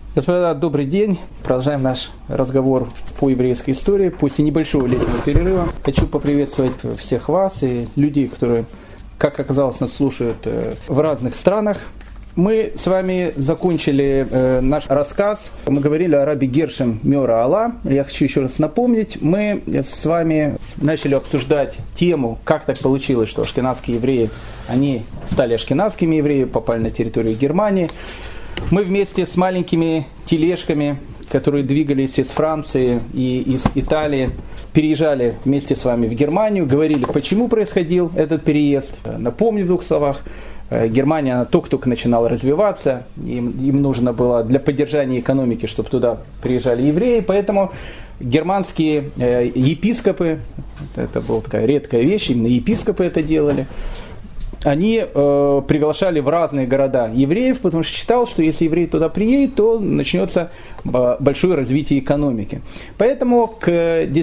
Господа, добрый день. Продолжаем наш разговор по еврейской истории после небольшого летнего перерыва. Хочу поприветствовать всех вас и людей, которые, как оказалось, нас слушают в разных странах. Мы с вами закончили наш рассказ. Мы говорили о раби Гершем Меора Алла. Я хочу еще раз напомнить. Мы с вами начали обсуждать тему, как так получилось, что ашкеназские евреи, они стали ашкеназскими евреями, попали на территорию Германии. Мы вместе с маленькими тележками, которые двигались из Франции и из Италии, переезжали вместе с вами в Германию, говорили, почему происходил этот переезд. Напомню в двух словах. Германия, она только-только начинала развиваться, им нужно было для поддержания экономики, чтобы туда приезжали евреи, поэтому германские епископы, это была такая редкая вещь, именно епископы это делали, они приглашали в разные города евреев, потому что считал, что если евреи туда приедут, то начнется большое развитие экономики. Поэтому к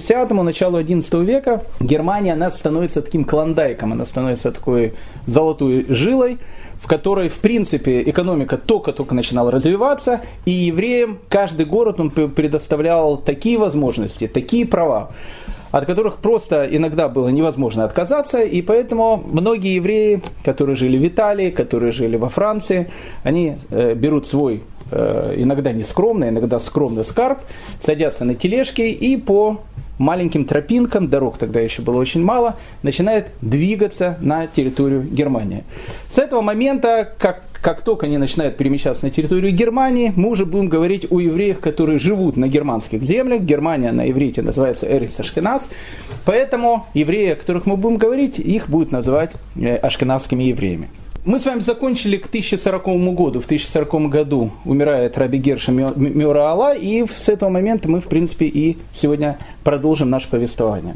началу XI века Германия, она становится таким клондайком, она становится такой золотой жилой, в которой, в принципе, экономика только-только начинала развиваться, и евреям каждый город он предоставлял такие возможности, такие права, от которых просто иногда было невозможно отказаться, и поэтому многие евреи, которые жили в Италии, которые жили во Франции, они берут свой, иногда нескромный, иногда скромный скарб, садятся на тележки и по маленьким тропинкам, дорог тогда еще было очень мало, начинает двигаться на территорию Германии. С этого момента, как только они начинают перемещаться на территорию Германии, мы уже будем говорить о евреях, которые живут на германских землях. Германия на иврите называется Эрец Ашкеназ. Поэтому евреи, о которых мы будем говорить, их будут называть ашкеназскими евреями. Мы с вами закончили к 1040 году. В 1040 году умирает раби Гершем Меора Алла, и с этого момента мы, в принципе, и сегодня продолжим наше повествование.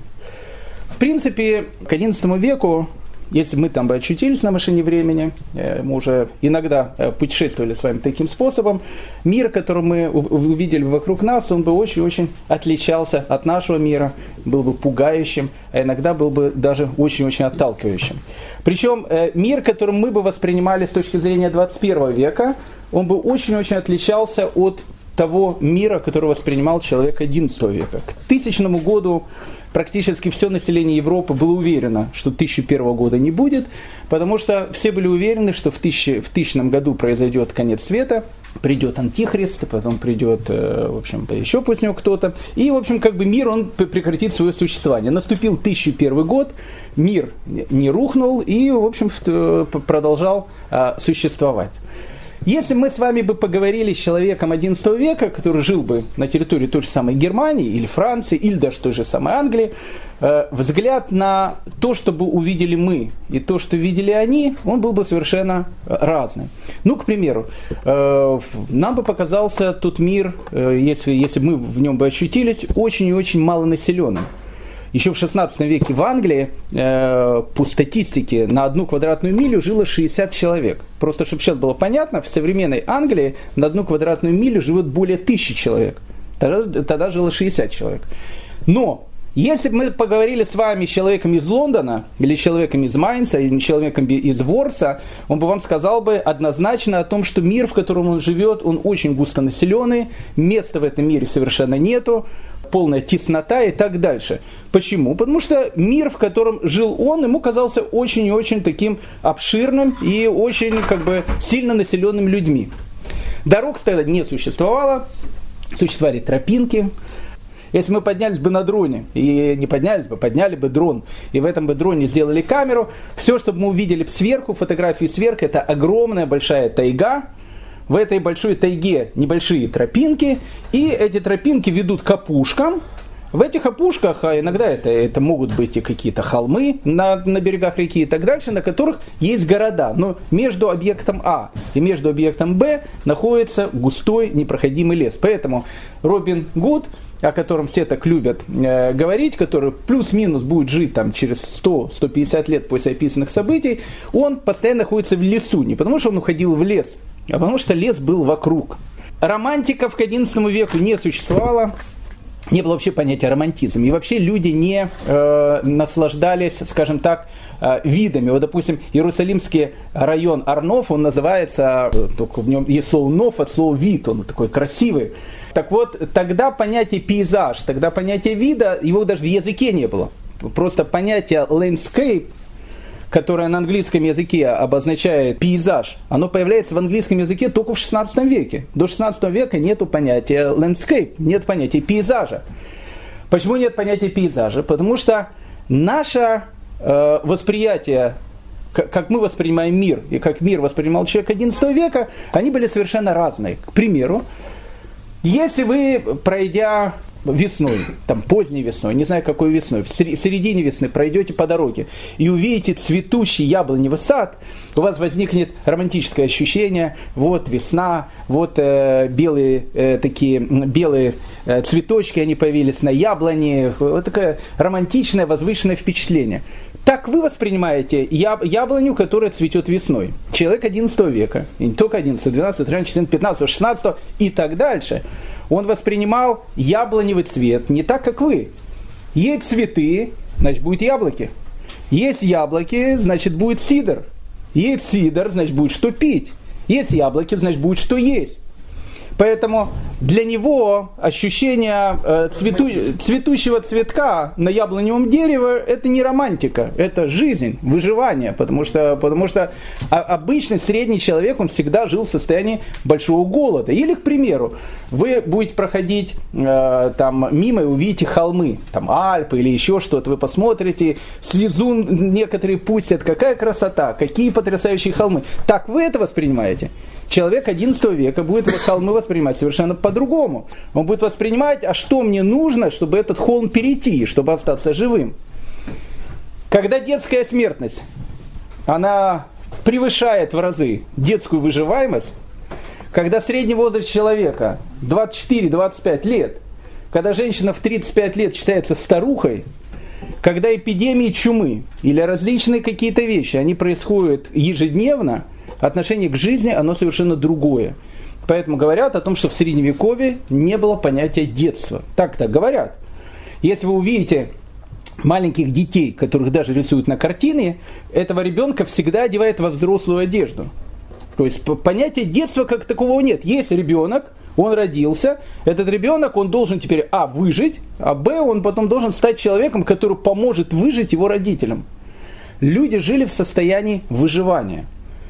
В принципе, к XI веку, если мы там бы очутились на машине времени, мы уже иногда путешествовали с вами таким способом, мир, который мы увидели вокруг нас, он бы очень-очень отличался от нашего мира, был бы пугающим, а иногда был бы даже очень-очень отталкивающим. Причем мир, который мы бы воспринимали с точки зрения 21 века, он бы очень-очень отличался от того мира, который воспринимал человек XI века. К 1000 году практически все население Европы было уверено, что 1001 года не будет, потому что все были уверены, что в 1000 году произойдет конец света, придет Антихрист, потом придет, в общем, еще после него кто-то, и, в общем, как бы мир, он прекратит свое существование. Наступил 1001 год, мир не рухнул и, в общем, продолжал существовать. Если мы с вами бы поговорили с человеком XI века, который жил бы на территории той же самой Германии или Франции, или даже той же самой Англии, взгляд на то, что бы увидели мы, и то, что видели они, он был бы совершенно разным. Ну, к примеру, нам бы показался тот мир, если мы в нем бы ощутились, очень и очень малонаселенным. Еще в XVI веке в Англии, по статистике, на 1 квадратную милю жило 60 человек. Просто, чтобы сейчас было понятно, в современной Англии на 1 квадратную милю живет более 1000 человек. Тогда жило 60 человек. Но если бы мы поговорили с вами с человеком из Лондона, или с человеком из Майнца, или с человеком из Ворса, он бы вам сказал бы однозначно о том, что мир, в котором он живет, он очень густонаселенный, места в этом мире совершенно нету, полная теснота и так дальше. Почему? Потому что мир, в котором жил он, ему казался очень и очень таким обширным и очень как бы сильно населенным людьми. Дорог тогда не существовало, существовали тропинки. Если мы поднялись бы на дроне, и не поднялись бы, подняли бы дрон, и в этом бы дроне сделали камеру, все, что мы увидели сверху, фотографии сверху, это огромная большая тайга. В этой большой тайге небольшие тропинки, и эти тропинки ведут к опушкам. В этих опушках, а иногда это могут быть и какие-то холмы на берегах реки и так дальше, на которых есть города. Но между объектом А и между объектом Б находится густой непроходимый лес. Поэтому Робин Гуд, о котором все так любят говорить, который плюс-минус будет жить там, через 100-150 лет после описанных событий, он постоянно находится в лесу. Не потому что он уходил в лес, а потому что лес был вокруг. Романтиков к XI веку не существовало. не было вообще понятия романтизм. И вообще люди не наслаждались, скажем так, видами. Вот, допустим, Иерусалимский район Ар-Нов, он называется, только в нем есть слово «нов» от слова «вид», он такой красивый. Так вот, тогда понятие пейзаж, тогда понятие вида, его даже в языке не было. Просто понятие landscape, которое на английском языке обозначает пейзаж, оно появляется в английском языке только в 16 веке. До 16 века нет понятия landscape, нет понятия пейзажа. Почему нет понятия пейзажа? Потому что наше восприятие, как мы воспринимаем мир, и как мир воспринимал человек XI века, они были совершенно разные. К примеру, если вы, пройдя весной, там поздней весной, не знаю какой весной, в середине весны пройдете по дороге и увидите цветущий яблоневый сад, у вас возникнет романтическое ощущение, вот весна, вот белые цветочки, они появились на яблоне, вот такое романтичное, возвышенное впечатление. Так вы воспринимаете яблоню, которая цветет весной. Человек XI века, и не только XI, XII, XIII, XIV, XV, XVI и так дальше, он воспринимал яблоневый цвет не так, как вы. Есть цветы, значит, будет яблоки. Есть яблоки, значит, будет сидр. Есть сидр, значит, будет что пить. Есть яблоки, значит, будет что есть. Поэтому для него ощущение цветущего цветка на яблоневом дереве – это не романтика, это жизнь, выживание. Потому что обычный средний человек, он всегда жил в состоянии большого голода. Или, к примеру, вы будете проходить мимо и увидите холмы, там Альпы или еще что-то, вы посмотрите, слезу некоторые пустят, какая красота, какие потрясающие холмы. Так вы это воспринимаете? Человек XI века будет холмы воспринимать совершенно по-другому. Он будет воспринимать, а что мне нужно, чтобы этот холм перейти, чтобы остаться живым. Когда детская смертность, она превышает в разы детскую выживаемость, когда средний возраст человека 24-25 лет, когда женщина в 35 лет считается старухой, когда эпидемии чумы или различные какие-то вещи, они происходят ежедневно, отношение к жизни, оно совершенно другое. Поэтому говорят о том, что в Средневековье не было понятия детства. Так говорят. Если вы увидите маленьких детей, которых даже рисуют на картине, этого ребенка всегда одевают во взрослую одежду. То есть понятия детства как такового нет. Есть ребенок, он родился, этот ребенок, он должен теперь выжить, а он потом должен стать человеком, который поможет выжить его родителям. Люди жили в состоянии выживания.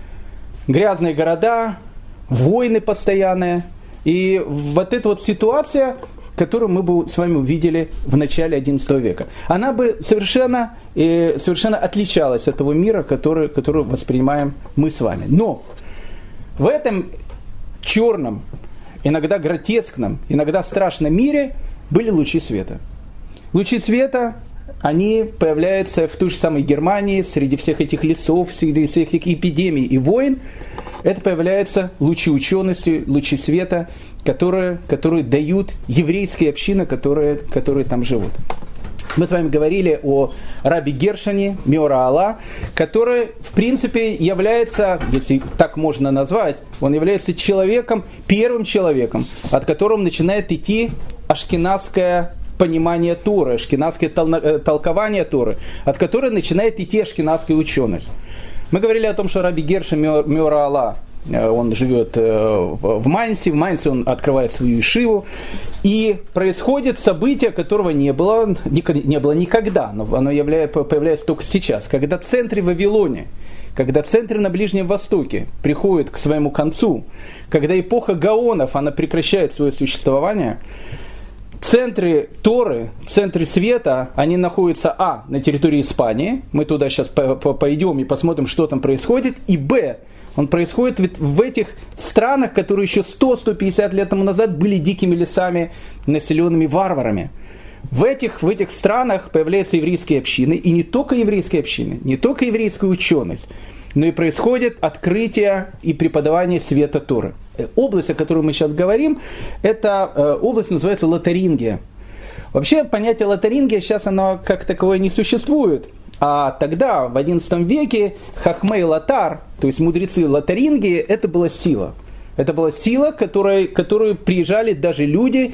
Грязные города, войны постоянные. И вот эта вот ситуация, которую мы бы с вами увидели в начале XI века, она бы совершенно отличалась от того мира, который воспринимаем мы с вами. Но в этом черном, иногда гротескном, иногда страшном мире были лучи света. Лучи света, они появляются в той же самой Германии, среди всех этих лесов, среди всех этих эпидемий и войн. Это появляются лучи учености, лучи света, которые дают еврейские общины, которые там живут. Мы с вами говорили о Раби Гершоне Меора Алла, который, в принципе, является, если так можно назвать, он является первым человеком, от которого начинает идти ашкеназское понимание Торы, ашкеназское толкование Торы, от которой начинает идти ашкеназская ученость. Мы говорили о том, что Раби Гершон Меора Алла, он живет в Майнце он открывает свою ешиву, и происходит событие, которого не было никогда, но оно появляется только сейчас, когда центры в Вавилоне, когда центры на Ближнем Востоке приходят к своему концу, когда эпоха Гаонов, она прекращает свое существование. Центры Торы, центры света, они находятся на территории Испании, мы туда сейчас пойдем и посмотрим, что там происходит, и он происходит в этих странах, которые еще 100-150 лет тому назад были дикими лесами, населенными варварами. В этих странах появляются еврейские общины, и не только еврейские общины, не только еврейская ученость, но и происходит открытие и преподавание света Торы. Область, о которой мы сейчас говорим, эта область называется Лотарингия. Вообще понятие Лотарингия сейчас оно как таковое не существует. А тогда, в XI веке, хахмей лотар, то есть мудрецы Лотарингии, это была сила. Это была сила, которую приезжали даже люди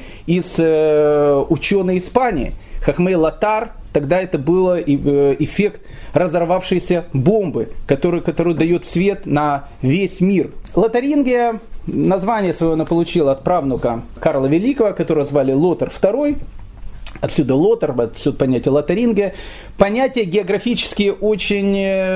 ученые Испании. Хахмей Латар, тогда это был эффект разорвавшейся бомбы, который дает свет на весь мир. Лотарингия, название свое она получила от правнука Карла Великого, которого звали Лотар II. Отсюда Лотар, отсюда понятие Лотарингия. Понятие географически очень,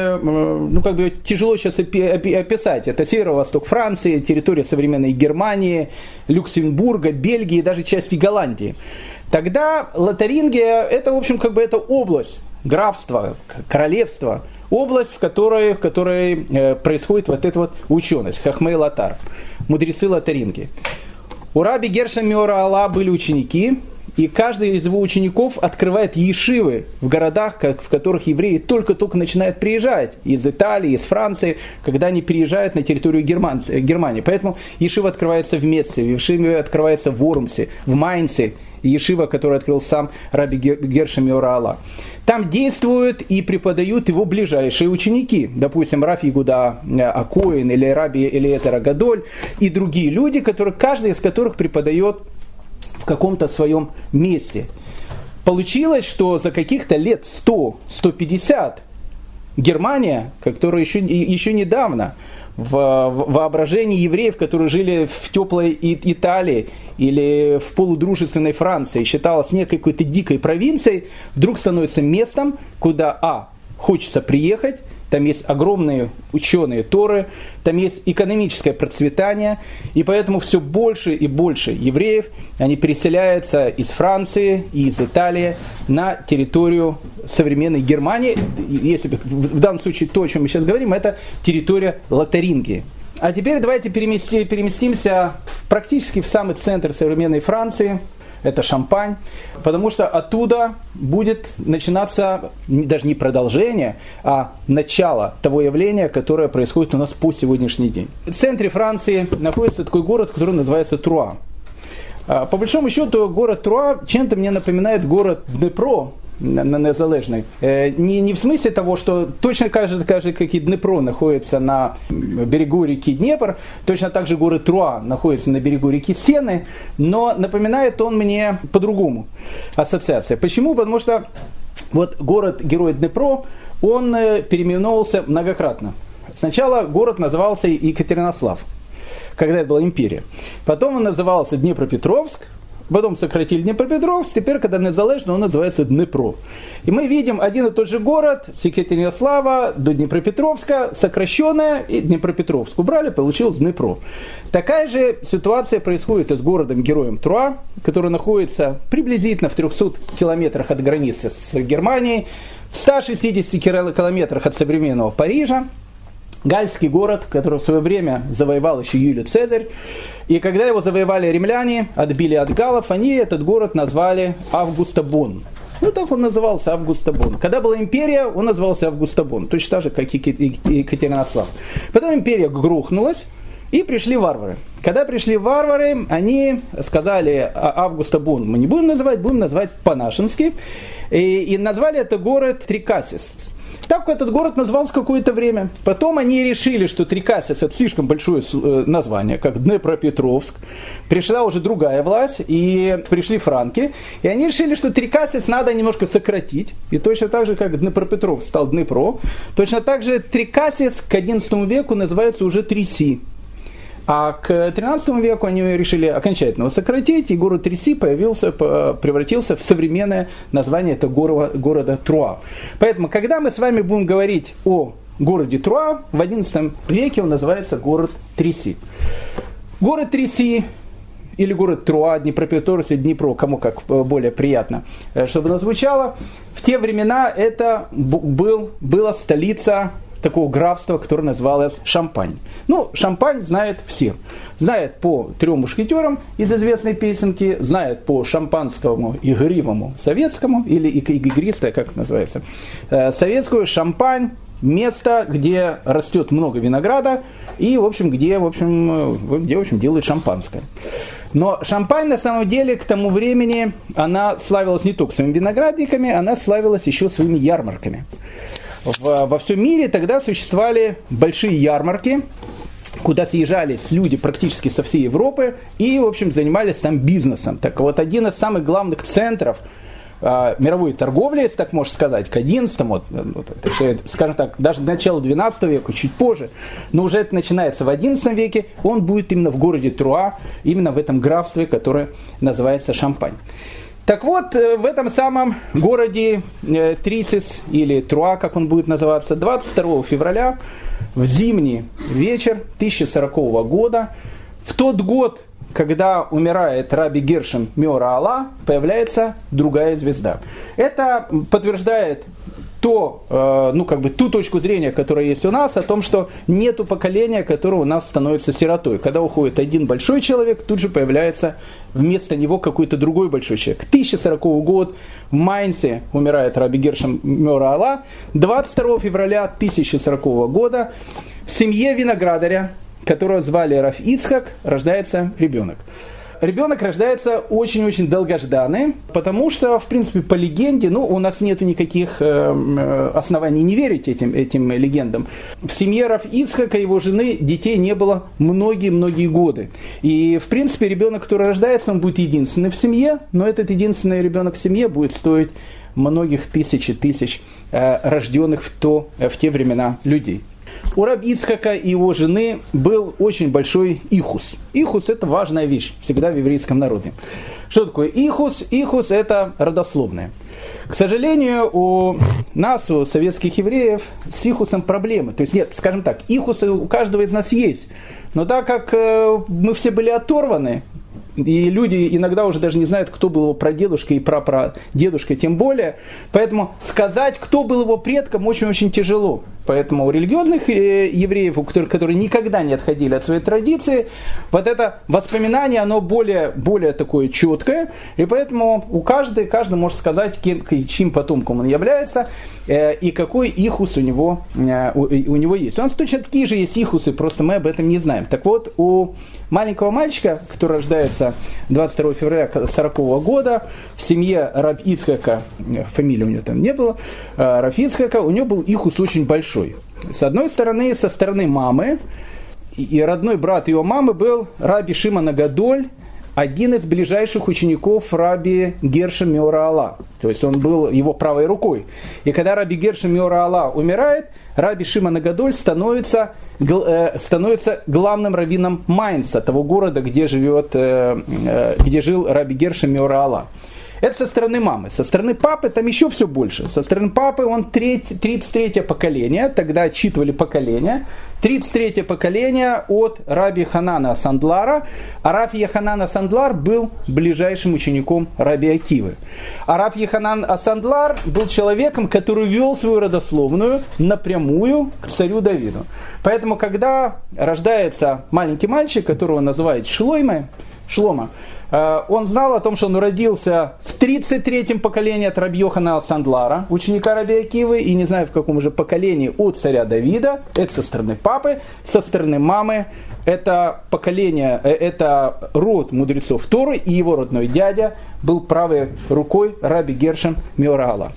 тяжело сейчас описать. Это северо-восток Франции, территория современной Германии, Люксембурга, Бельгии и даже части Голландии. Тогда Лотарингия это, в общем, это область, графство, королевство, область, в которой происходит вот эта вот ученость, Хахмей Латар, мудрецы Лотаринги. У раби Гершома миора Алла были ученики, и каждый из его учеников открывает ешивы в городах, в которых евреи только-только начинают приезжать. Из Италии, из Франции, когда они приезжают на территорию Германии. Поэтому ешива открывается в Меце, ешива открывается в Вормсе, в Майнце. Ешива, который открыл сам раби Гершома миора Алла. Там действуют и преподают его ближайшие ученики. Допустим, Рав Ягуда Акоин или раби Элиэзер Агадоль и другие люди, каждый из которых преподает в каком-то своем месте. Получилось, что за каких-то лет 100-150 Германия, которая еще недавно в воображении евреев, которые жили в теплой Италии или в полудружественной Франции, считалась некой какой-то дикой провинцией, вдруг становится местом, куда хочется приехать. Там есть огромные ученые Торы, там есть экономическое процветание, и поэтому все больше и больше евреев, они переселяются из Франции и из Италии на территорию современной Германии. Если в данном случае то, о чем мы сейчас говорим, это территория Лотарингии. А теперь давайте переместимся практически в самый центр современной Франции. Это Шампань, потому что оттуда будет начинаться даже не продолжение, а начало того явления, которое происходит у нас по сегодняшний день. В центре Франции находится такой город, который называется Труа. По большому счету, город Труа чем-то мне напоминает город Днепро на Незалежной. Не в смысле того, что точно так же, как и Днепро находится на берегу реки Днепр, точно так же город Труа находится на берегу реки Сены, но напоминает он мне по-другому ассоциация. Почему? Потому что вот город-герой Днепро, он переименовывался многократно. Сначала город назывался Екатеринослав, когда это была империя. Потом он назывался Днепропетровск, потом сократили Днепропетровск, теперь, когда незалежно, он называется Днепро. И мы видим один и тот же город с Екатеринослава до Днепропетровска, сокращенное, и Днепропетровск убрали, получилось Днепро. Такая же ситуация происходит и с городом-героем Труа, который находится приблизительно в 300 километрах от границы с Германией, в 160 километрах от современного Парижа. Гальский город, который в свое время завоевал еще Юлий Цезарь. И когда его завоевали римляне, отбили от галлов, они этот город назвали Августобон. Так он назывался, Августобон. Когда была империя, он назывался Августобон. Точно так же, как и Екатеринослав. Потом империя грохнулась, и пришли варвары. Когда пришли варвары, они сказали, Августобон мы не будем называть по-нашенски. И назвали это город Трикасис. Так этот город назывался какое-то время. Потом они решили, что Трикасис это слишком большое название, как Днепропетровск. Пришла уже другая власть, и пришли франки. И они решили, что Трикасис надо немножко сократить. И точно так же, как Днепропетровск стал Днепро, точно так же Трикасис к XI веку называется уже Триси. А к XIII веку они решили окончательно его сократить, и город Триси превратился в современное название этого города Труа. Поэтому, когда мы с вами будем говорить о городе Труа, в XI веке он называется город Триси. Город Триси или город Труа, Днепропетровск, Днепро, кому как более приятно, чтобы оно звучало, в те времена это была столица такого графства, которое называлось Шампань. Шампань знает все. Знает по «Трем мушкетерам» из известной песенки, знает по шампанскому игривому советскому, или игристое, как это называется, советскую. Шампань – место, где растет много винограда и, где делают шампанское. Но Шампань, на самом деле, к тому времени, она славилась не только своими виноградниками, она славилась еще своими ярмарками. Во всем мире тогда существовали большие ярмарки, куда съезжались люди практически со всей Европы и, в общем, занимались там бизнесом. Так вот, один из самых главных центров мировой торговли, если так можно сказать, к 11-му, скажем так, даже начало 12 века, чуть позже, но уже это начинается в 11 веке, он будет именно в городе Труа, именно в этом графстве, которое называется Шампань. Так вот, в этом самом городе Трисис, или Труа, как он будет называться, 22 февраля, в зимний вечер 1040 года, в тот год, когда умирает Раби Гершем Меора Алла, появляется другая звезда. Это подтверждает ту точку зрения, которая есть у нас, о том, что нету поколения, которое у нас становится сиротой. Когда уходит один большой человек, тут же появляется вместо него какой-то другой большой человек. 1040 год в Майнце умирает Раби Гершем Меора Алла. 22 февраля 1040 года в семье виноградаря, которого звали Рав Ицхак, рождается ребенок. Ребенок рождается очень-очень долгожданный, потому что, в принципе, по легенде, у нас нет никаких оснований не верить этим легендам. В семье Рав Ицхака, его жены, детей не было многие-многие годы. И, в принципе, ребенок, который рождается, он будет единственный в семье, но этот единственный ребенок в семье будет стоить многих тысяч и тысяч рожденных в те времена людей. У Раби Ицхака и его жены был очень большой ихус. Ихус – это важная вещь всегда в еврейском народе. Что такое ихус? Ихус – это родословное. К сожалению, у нас, у советских евреев, с ихусом проблемы. То есть, нет, скажем так, ихусы у каждого из нас есть. Но так как мы все были оторваны, и люди иногда уже даже не знают, кто был его прадедушка и прапрадедушка, тем более. Поэтому сказать, кто был его предком, очень-очень тяжело. Поэтому у религиозных евреев, которые никогда не отходили от своей традиции, вот это воспоминание, оно более такое четкое. И поэтому каждый может сказать, чьим потомком он является, и какой ихус у него есть. У нас точно такие же есть ихусы, просто мы об этом не знаем. Так вот, у маленького мальчика, который рождается 22 февраля 1940 года в семье Рав Ицхака, фамилии у него там не было, Рав Ицхака, у него был ихус очень большой. С одной стороны, со стороны мамы, и родной брат его мамы был Раби Шимон Агадоль, один из ближайших учеников Раби Гершем Меора Алла. То есть он был его правой рукой. И когда Раби Гершем Меора Алла умирает, Раби Шимон Агадоль становится главным раввином Майнца, того города, где жил Раби Гершем Меора Алла. Это со стороны мамы. Со стороны папы там еще все больше. Со стороны папы он 33-е поколение, тогда отчитывали поколения. 33-е поколение от Раби Ханана Сандлара. А Рав Йоханан Сандлар был ближайшим учеником Раби Акивы. А Рав Йоханан Сандлар был человеком, который вел свою родословную напрямую к царю Давиду. Поэтому, когда рождается маленький мальчик, которого называют Шлома, он знал о том, что он родился в 33-м поколении от Раби Йоханана Сандлара, ученика Раби Акивы, и не знаю в каком уже поколении от царя Давида. Это со стороны папы, со стороны мамы. Это поколение, это род мудрецов Торы, и его родной дядя был правой рукой Раби Гершем Меора Алла.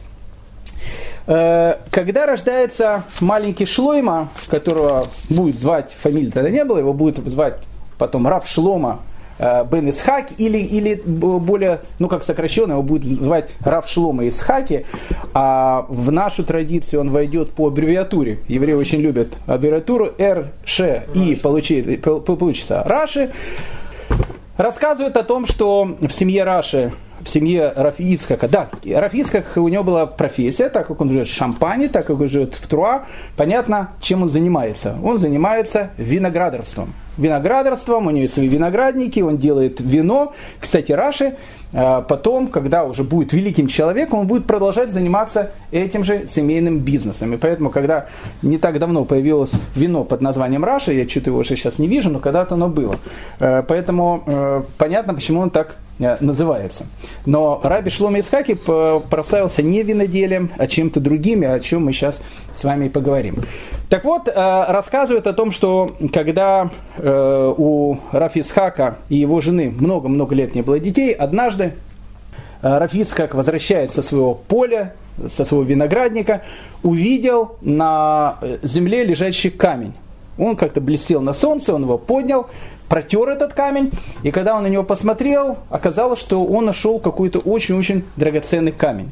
Когда рождается маленький Шлойма, которого будет звать, фамилии тогда не было, его будет звать потом Рав Шлома бен Исхак, или более, как сокращенно, его будет звать Рав Шлома Исхаки, а в нашу традицию он войдет по аббревиатуре. Евреи очень любят аббревиатуру РШИ, получится Раши. Рассказывает о том, что в семье Раши, в семье Рав Ицхака, Рав Ицхак, у него была профессия, так как он живет в Шампане, так как он живет в Труа, понятно, чем он занимается. Он занимается виноградарством. У него есть свои виноградники, он делает вино. Кстати, Раши потом, когда уже будет великим человеком, он будет продолжать заниматься этим же семейным бизнесом. И поэтому, когда не так давно появилось вино под названием Раши, я что-то его уже сейчас не вижу, но когда-то оно было. Поэтому понятно, почему он так называется. Но Раби Шломо Исхаки прославился не виноделием, а чем-то другим, о чем мы сейчас с вами и поговорим. Так вот, рассказывают о том, что когда у Рав Ицхака и его жены много-много лет не было детей, однажды Рав Ицхак, возвращаясь со своего поля, со своего виноградника, увидел на земле лежащий камень. Он как-то блестел на солнце, он его поднял, протер этот камень, и когда он на него посмотрел, оказалось, что он нашел какой-то очень-очень драгоценный камень.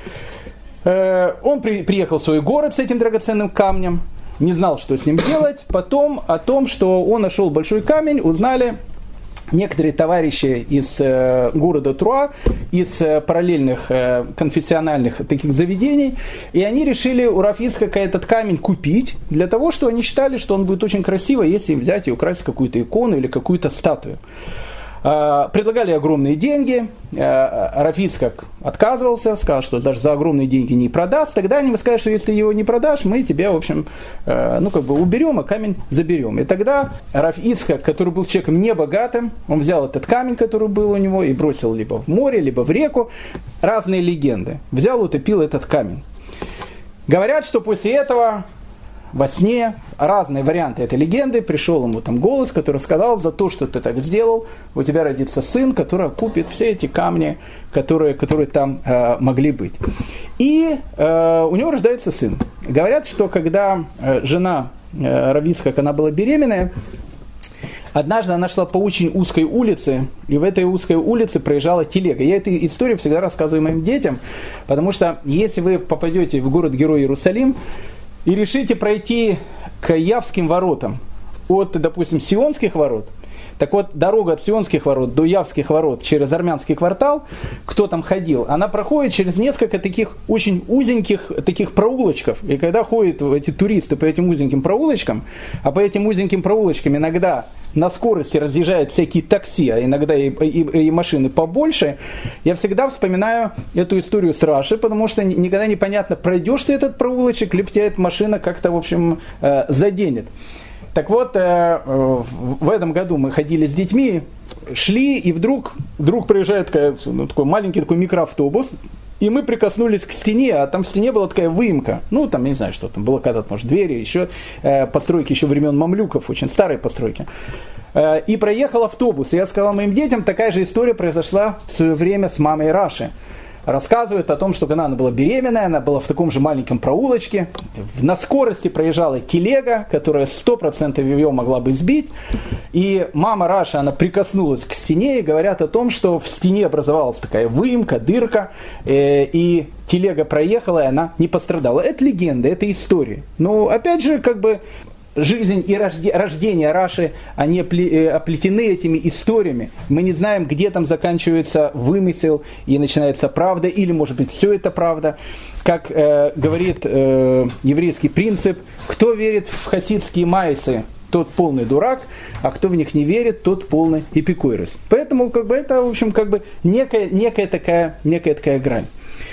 Он приехал в свой город с этим драгоценным камнем, не знал, что с ним делать. Потом о том, что он нашел большой камень, узнали некоторые товарищи из города Труа, из параллельных конфессиональных таких заведений, и они решили у Рав Ицхака этот камень купить, для того, что они считали, что он будет очень красиво, если взять и украсить какую-то икону или какую-то статую. Предлагали огромные деньги, Рав Ицхак отказывался, сказал, что даже за огромные деньги не продаст. Тогда они ему сказали, что если его не продашь, мы тебя, в общем, уберем, а камень заберем. И тогда Рав Ицхак, который был человеком небогатым, он взял этот камень, который был у него, и бросил либо в море, либо в реку. Разные легенды. Взял, утопил этот камень. Говорят, что после этого во сне разные варианты этой легенды. Пришел ему там голос, который сказал: за то, что ты так сделал, у тебя родится сын, который купит все эти камни, которые там могли быть. И у него рождается сын. Говорят, что когда жена Рав Ицхака, она была беременная, однажды она шла по очень узкой улице, и в этой узкой улице проезжала телега. Я эту историю всегда рассказываю моим детям, потому что если вы попадете в город-герой Иерусалим, и решите пройти к Явским воротам от, допустим, Сионских ворот, так вот, дорога от Сионских ворот до Явских ворот через Армянский квартал, кто там ходил, она проходит через несколько таких очень узеньких таких проулочков. И когда ходят эти туристы по этим узеньким проулочкам, а по этим узеньким проулочкам иногда на скорости разъезжают всякие такси, а иногда и машины побольше, я всегда вспоминаю эту историю с Раши, потому что никогда непонятно, пройдешь ты этот проулочек, либо тебя эта машина как-то, в общем, заденет. Так вот, в этом году мы ходили с детьми, шли, и вдруг проезжает такой маленький такой микроавтобус, и мы прикоснулись к стене, а там в стене была такая выемка. Ну, там, не знаю, что там было когда-то, может, двери, еще постройки еще времен мамлюков, очень старые постройки. И проехал автобус. И я сказал моим детям, такая же история произошла в свое время с мамой Раши. Рассказывают о том, что когда она была беременная, она была в таком же маленьком проулочке, на скорости проезжала телега, которая 100% ее могла бы сбить, и мама Раши, она прикоснулась к стене, и говорят о том, что в стене образовалась такая выемка, дырка, и телега проехала, и она не пострадала. Это легенда, это история. Но опять же, жизнь и рождение Раши, они оплетены этими историями. Мы не знаем, где там заканчивается вымысел и начинается правда, или, может быть, все это правда. Как говорит еврейский принцип, кто верит в хасидские майсы, тот полный дурак, а кто в них не верит, тот полный эпикурейс. Поэтому это, в общем, некая такая грань.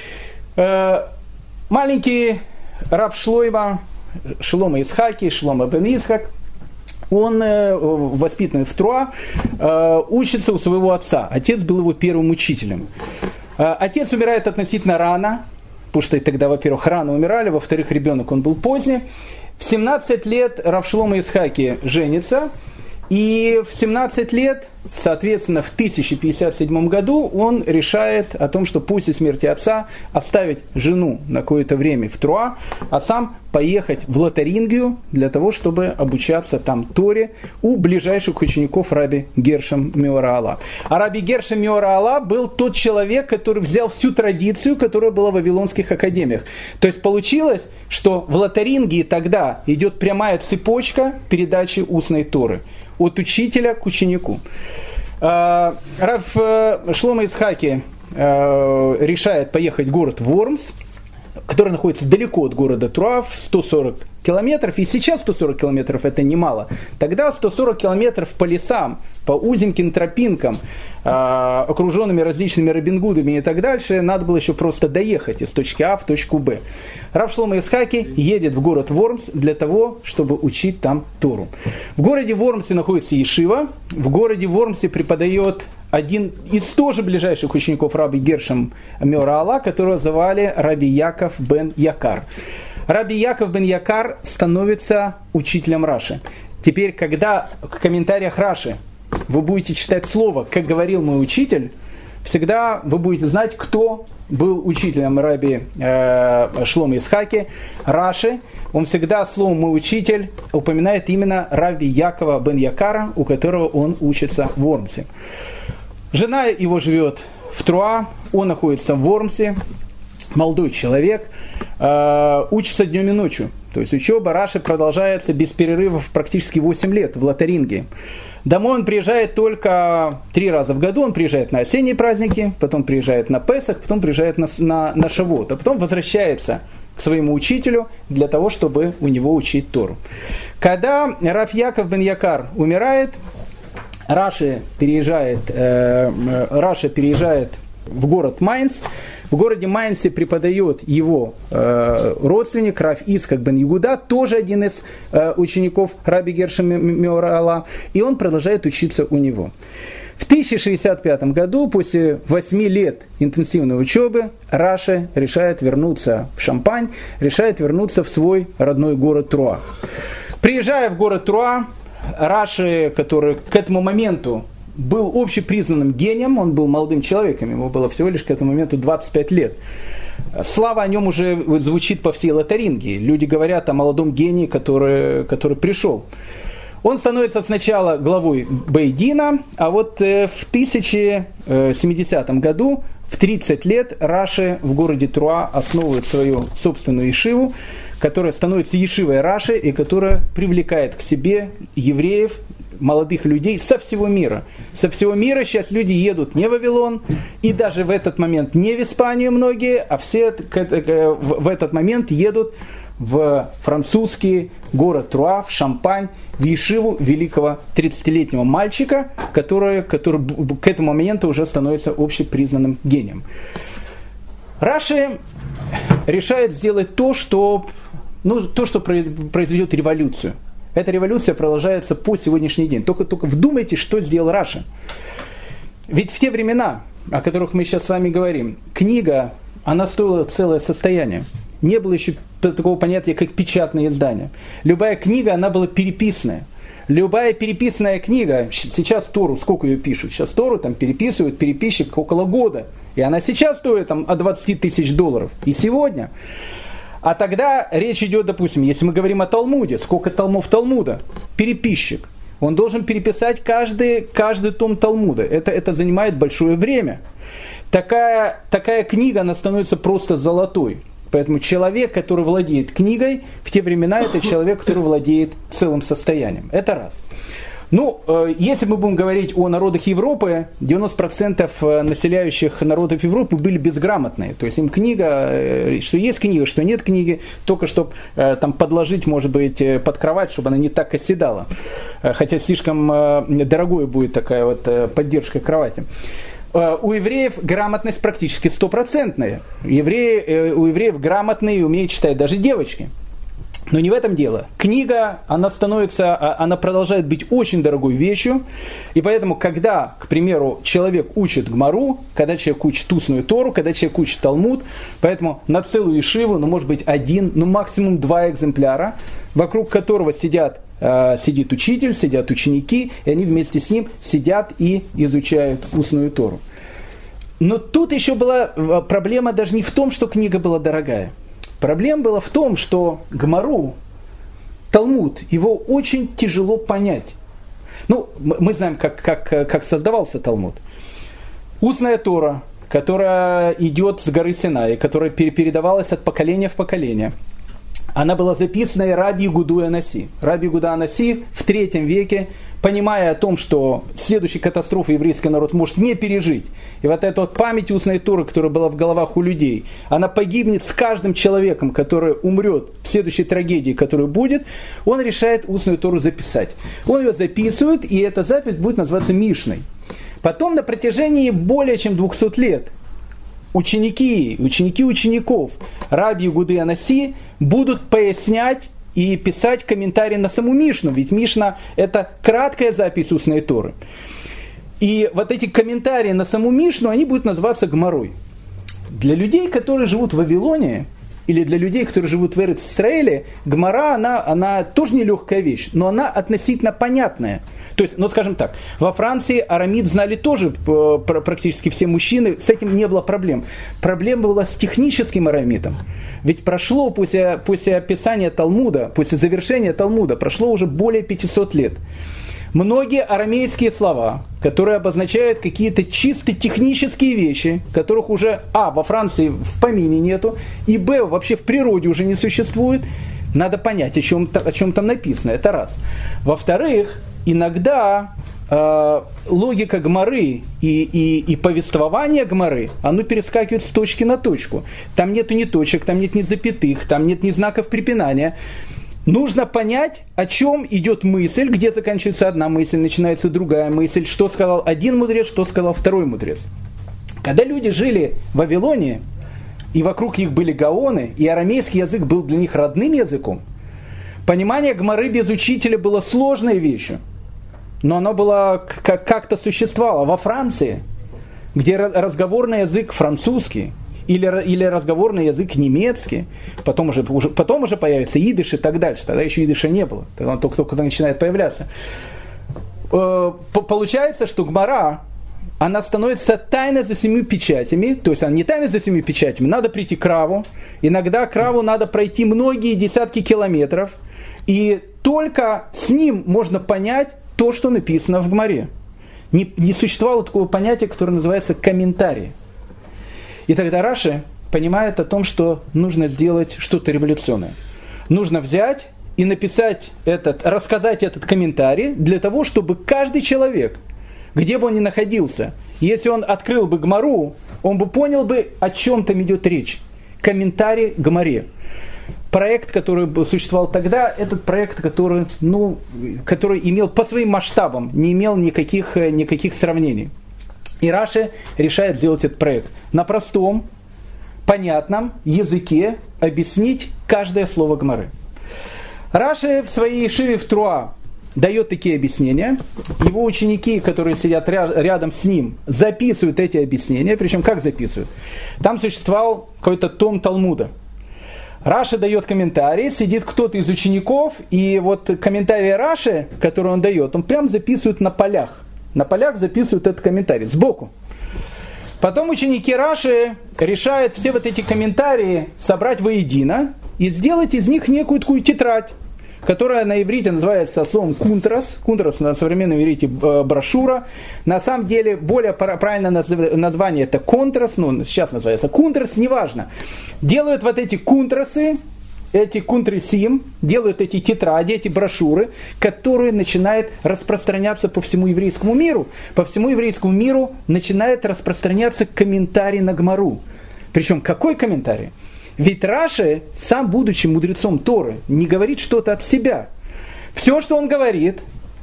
Маленький рав Шломо Ицхаки, Шломо бен Ицхак, он воспитанный в Труа, учится у своего отца. Отец был его первым учителем. Отец умирает относительно рано, потому что тогда, во-первых, рано умирали, во-вторых, ребенок он был поздний. В 17 лет рав Шломо Ицхаки женится, и в 17 лет, соответственно, в 1057 году он решает о том, что после смерти отца оставить жену на какое-то время в Труа, а сам поехать в Лотарингию для того, чтобы обучаться там Торе у ближайших учеников раби Гершом Меора-Ала. А раби Гершом Меора-Ала был тот человек, который взял всю традицию, которая была в вавилонских академиях. То есть получилось, что в Лотарингии тогда идет прямая цепочка передачи устной Торы от учителя к ученику. Рав Шломо Ицхаки решает поехать в город Вормс, который находится далеко от города Труа, 140 километров. И сейчас 140 километров это немало. Тогда 140 километров по лесам, по узеньким тропинкам, окруженными различными Робин Гудами и так дальше, надо было еще просто доехать из точки А в точку Б. Рав Шломо Ицхаки едет в город Вормс для того, чтобы учить там Тору. В городе Вормсе находится ешива. В городе Вормсе преподает один из тоже ближайших учеников раби Гершом Меора-Ала, которого звали раби Яков бен Якар. Раби Яков бен Якар становится учителем Раши. Теперь, когда в комментариях Раши вы будете читать слово «как говорил мой учитель», всегда вы будете знать, кто был учителем раби Шломо Ицхаки, Раши. Он всегда словом «мой учитель» упоминает именно раби Якова бен Якара, у которого он учится в Вормсе. Жена его живет в Труа, он находится в Вормсе, молодой человек, учится днем и ночью. То есть учеба Раши продолжается без перерывов практически 8 лет в Лотарингии. Домой он приезжает только 3 раза в году. Он приезжает на осенние праздники, потом приезжает на Песах, потом приезжает на Шавуот, а потом возвращается к своему учителю для того, чтобы у него учить Тору. Когда рав Яков бен Якар умирает, Раши переезжает в город Майнц. В городе Майнце преподает его родственник рав Ицхак бен Ягуда, тоже один из учеников раби Гершома Меорала, и он продолжает учиться у него. В 1065 году, после 8 лет интенсивной учебы, Раши решает вернуться в Шампань, решает вернуться в свой родной город Труа. Приезжая в город Труа, Раши, который к этому моменту был общепризнанным гением, он был молодым человеком, ему было всего лишь к этому моменту 25 лет. Слава о нем уже звучит по всей Лотарингии. Люди говорят о молодом гении, который пришел. Он становится сначала главой Бейдина, а вот в 1070 году, в 30 лет, Раши в городе Труа основывает свою собственную ешиву, которая становится ешивой Раши и которая привлекает к себе евреев, молодых людей со всего мира. Со всего мира сейчас люди едут не в Вавилон, и даже в этот момент не в Испанию многие, а все в этот момент едут в французский город Труа, в Шампань, в ешиву великого 30-летнего мальчика, который к этому моменту уже становится общепризнанным гением. Раши решает сделать то, что произведет революцию. Эта революция продолжается по сегодняшний день. Только вдумайтесь, что сделал Раши. Ведь в те времена, о которых мы сейчас с вами говорим, книга, она стоила целое состояние. Не было еще такого понятия, как печатное издание. Любая книга, она была переписанная. Любая переписанная книга, сейчас Тору, сколько ее пишут? Сейчас Тору там переписывают переписчик около года. И она сейчас стоит там, от $20 тысяч. И сегодня. А тогда речь идет, допустим, если мы говорим о Талмуде, сколько томов Талмуда? Переписчик. Он должен переписать каждый том Талмуда. Это занимает большое время. Такая книга, она становится просто золотой. Поэтому человек, который владеет книгой, в те времена это человек, который владеет целым состоянием. Это раз. Если мы будем говорить о народах Европы, 90% населяющих народов Европы были безграмотные. То есть им книга, что есть книга, что нет книги, только чтобы там подложить, может быть, под кровать, чтобы она не так оседала. Хотя слишком дорогой будет такая вот поддержка кровати. У евреев грамотность практически 100%. У евреев грамотные и умеют читать даже девочки. Но не в этом дело. Книга, она продолжает быть очень дорогой вещью, и поэтому, когда, к примеру, человек учит Гмару, когда человек учит устную Тору, когда человек учит Талмуд, поэтому на целую ешиву, может быть, 1, максимум 2 экземпляра, вокруг которого сидит учитель, сидят ученики, и они вместе с ним сидят и изучают устную Тору. Но тут еще была проблема даже не в том, что книга была дорогая. Проблема была в том, что Гмару, Талмуд, его очень тяжело понять. Мы знаем, как создавался Талмуд. Устная Тора, которая идет с горы Синай, которая передавалась от поколения в поколение. Она была записана и Раби Ягуду Анаси. Раби Ягуда Анаси в 3 веке, понимая о том, что следующей катастрофы еврейский народ может не пережить, и вот эта вот память устной Торы, которая была в головах у людей, она погибнет с каждым человеком, который умрет в следующей трагедии, которая будет, он решает устную Тору записать. Он ее записывает, и эта запись будет называться Мишной. Потом на протяжении более чем 200 лет ученики учеников Раби Ягуды Анаси будут пояснять и писать комментарии на саму Мишну, ведь Мишна – это краткая запись устной Торы. И вот эти комментарии на саму Мишну, они будут называться Гмарой. Для людей, которые живут в Вавилоне, или для людей, которые живут в Эрец-Исраэле, Гемара, она тоже нелегкая вещь, но она относительно понятная. То есть, ну скажем так, во Франции арамид знали тоже практически все мужчины, с этим не было проблем. Проблема была с техническим арамидом. Ведь прошло после описания Талмуда, после завершения Талмуда, прошло уже более 500 лет. Многие арамейские слова, которые обозначают какие-то чисто технические вещи, которых уже, во Франции в помине нету, и вообще в природе уже не существует, надо понять, о чем там написано, это раз. Во-вторых, иногда логика Гемары и повествование Гемары, оно перескакивает с точки на точку. Там нету ни точек, там нет ни запятых, там нет ни знаков препинания. Нужно понять, о чем идет мысль, где заканчивается одна мысль, начинается другая мысль, что сказал один мудрец, что сказал второй мудрец. Когда люди жили в Вавилоне, и вокруг них были гаоны, и арамейский язык был для них родным языком, понимание Гемары без учителя было сложной вещью, но оно было как-то существовало. Во Франции, где разговорный язык французский, или разговорный язык немецкий, потом уже появится идиш и так дальше. Тогда еще идиша не было, тогда он только начинает появляться. Получается, что Гемара, она становится тайной за 7 печатями, то есть она не тайной за 7 печатями, надо прийти к Раву, иногда к Раву надо пройти многие десятки километров, и только с ним можно понять то, что написано в Гемаре. Не существовало такого понятия, которое называется комментарий. И тогда Раши понимает о том, что нужно сделать что-то революционное. Нужно взять и рассказать этот комментарий для того, чтобы каждый человек, где бы он ни находился, если он открыл бы Гемару, он бы понял бы, о чем там идет речь. Комментарий к Гемаре. Проект, который существовал тогда, этот проект, который имел по своим масштабам, не имел никаких сравнений. И Раши решает сделать этот проект. На простом, понятном языке объяснить каждое слово Гемары. Раши в своей Ешиве в Труа дает такие объяснения. Его ученики, которые сидят рядом с ним, записывают эти объяснения. Причем как записывают? Там существовал какой-то том Талмуда. Раши дает комментарий, сидит кто-то из учеников, и вот комментарий Раши, который он дает, он прям записывает на полях. На полях записывают этот комментарий сбоку. Потом ученики Раши решают все вот эти комментарии собрать воедино и сделать из них некую такую тетрадь, которая на иврите называется словом кунтрас. Кунтрас на современном иврите брошюра. На самом деле более правильное название это контрас, сейчас называется кунтрас, неважно. Делают вот эти кунтрасы, эти кунтресим, делают эти тетради, эти брошюры, которые начинают распространяться по всему еврейскому миру. По всему еврейскому миру начинает распространяться комментарий на Гемару. Причем какой комментарий? Ведь Раши, сам будучи мудрецом Торы, не говорит что-то от себя. Все, что он говорит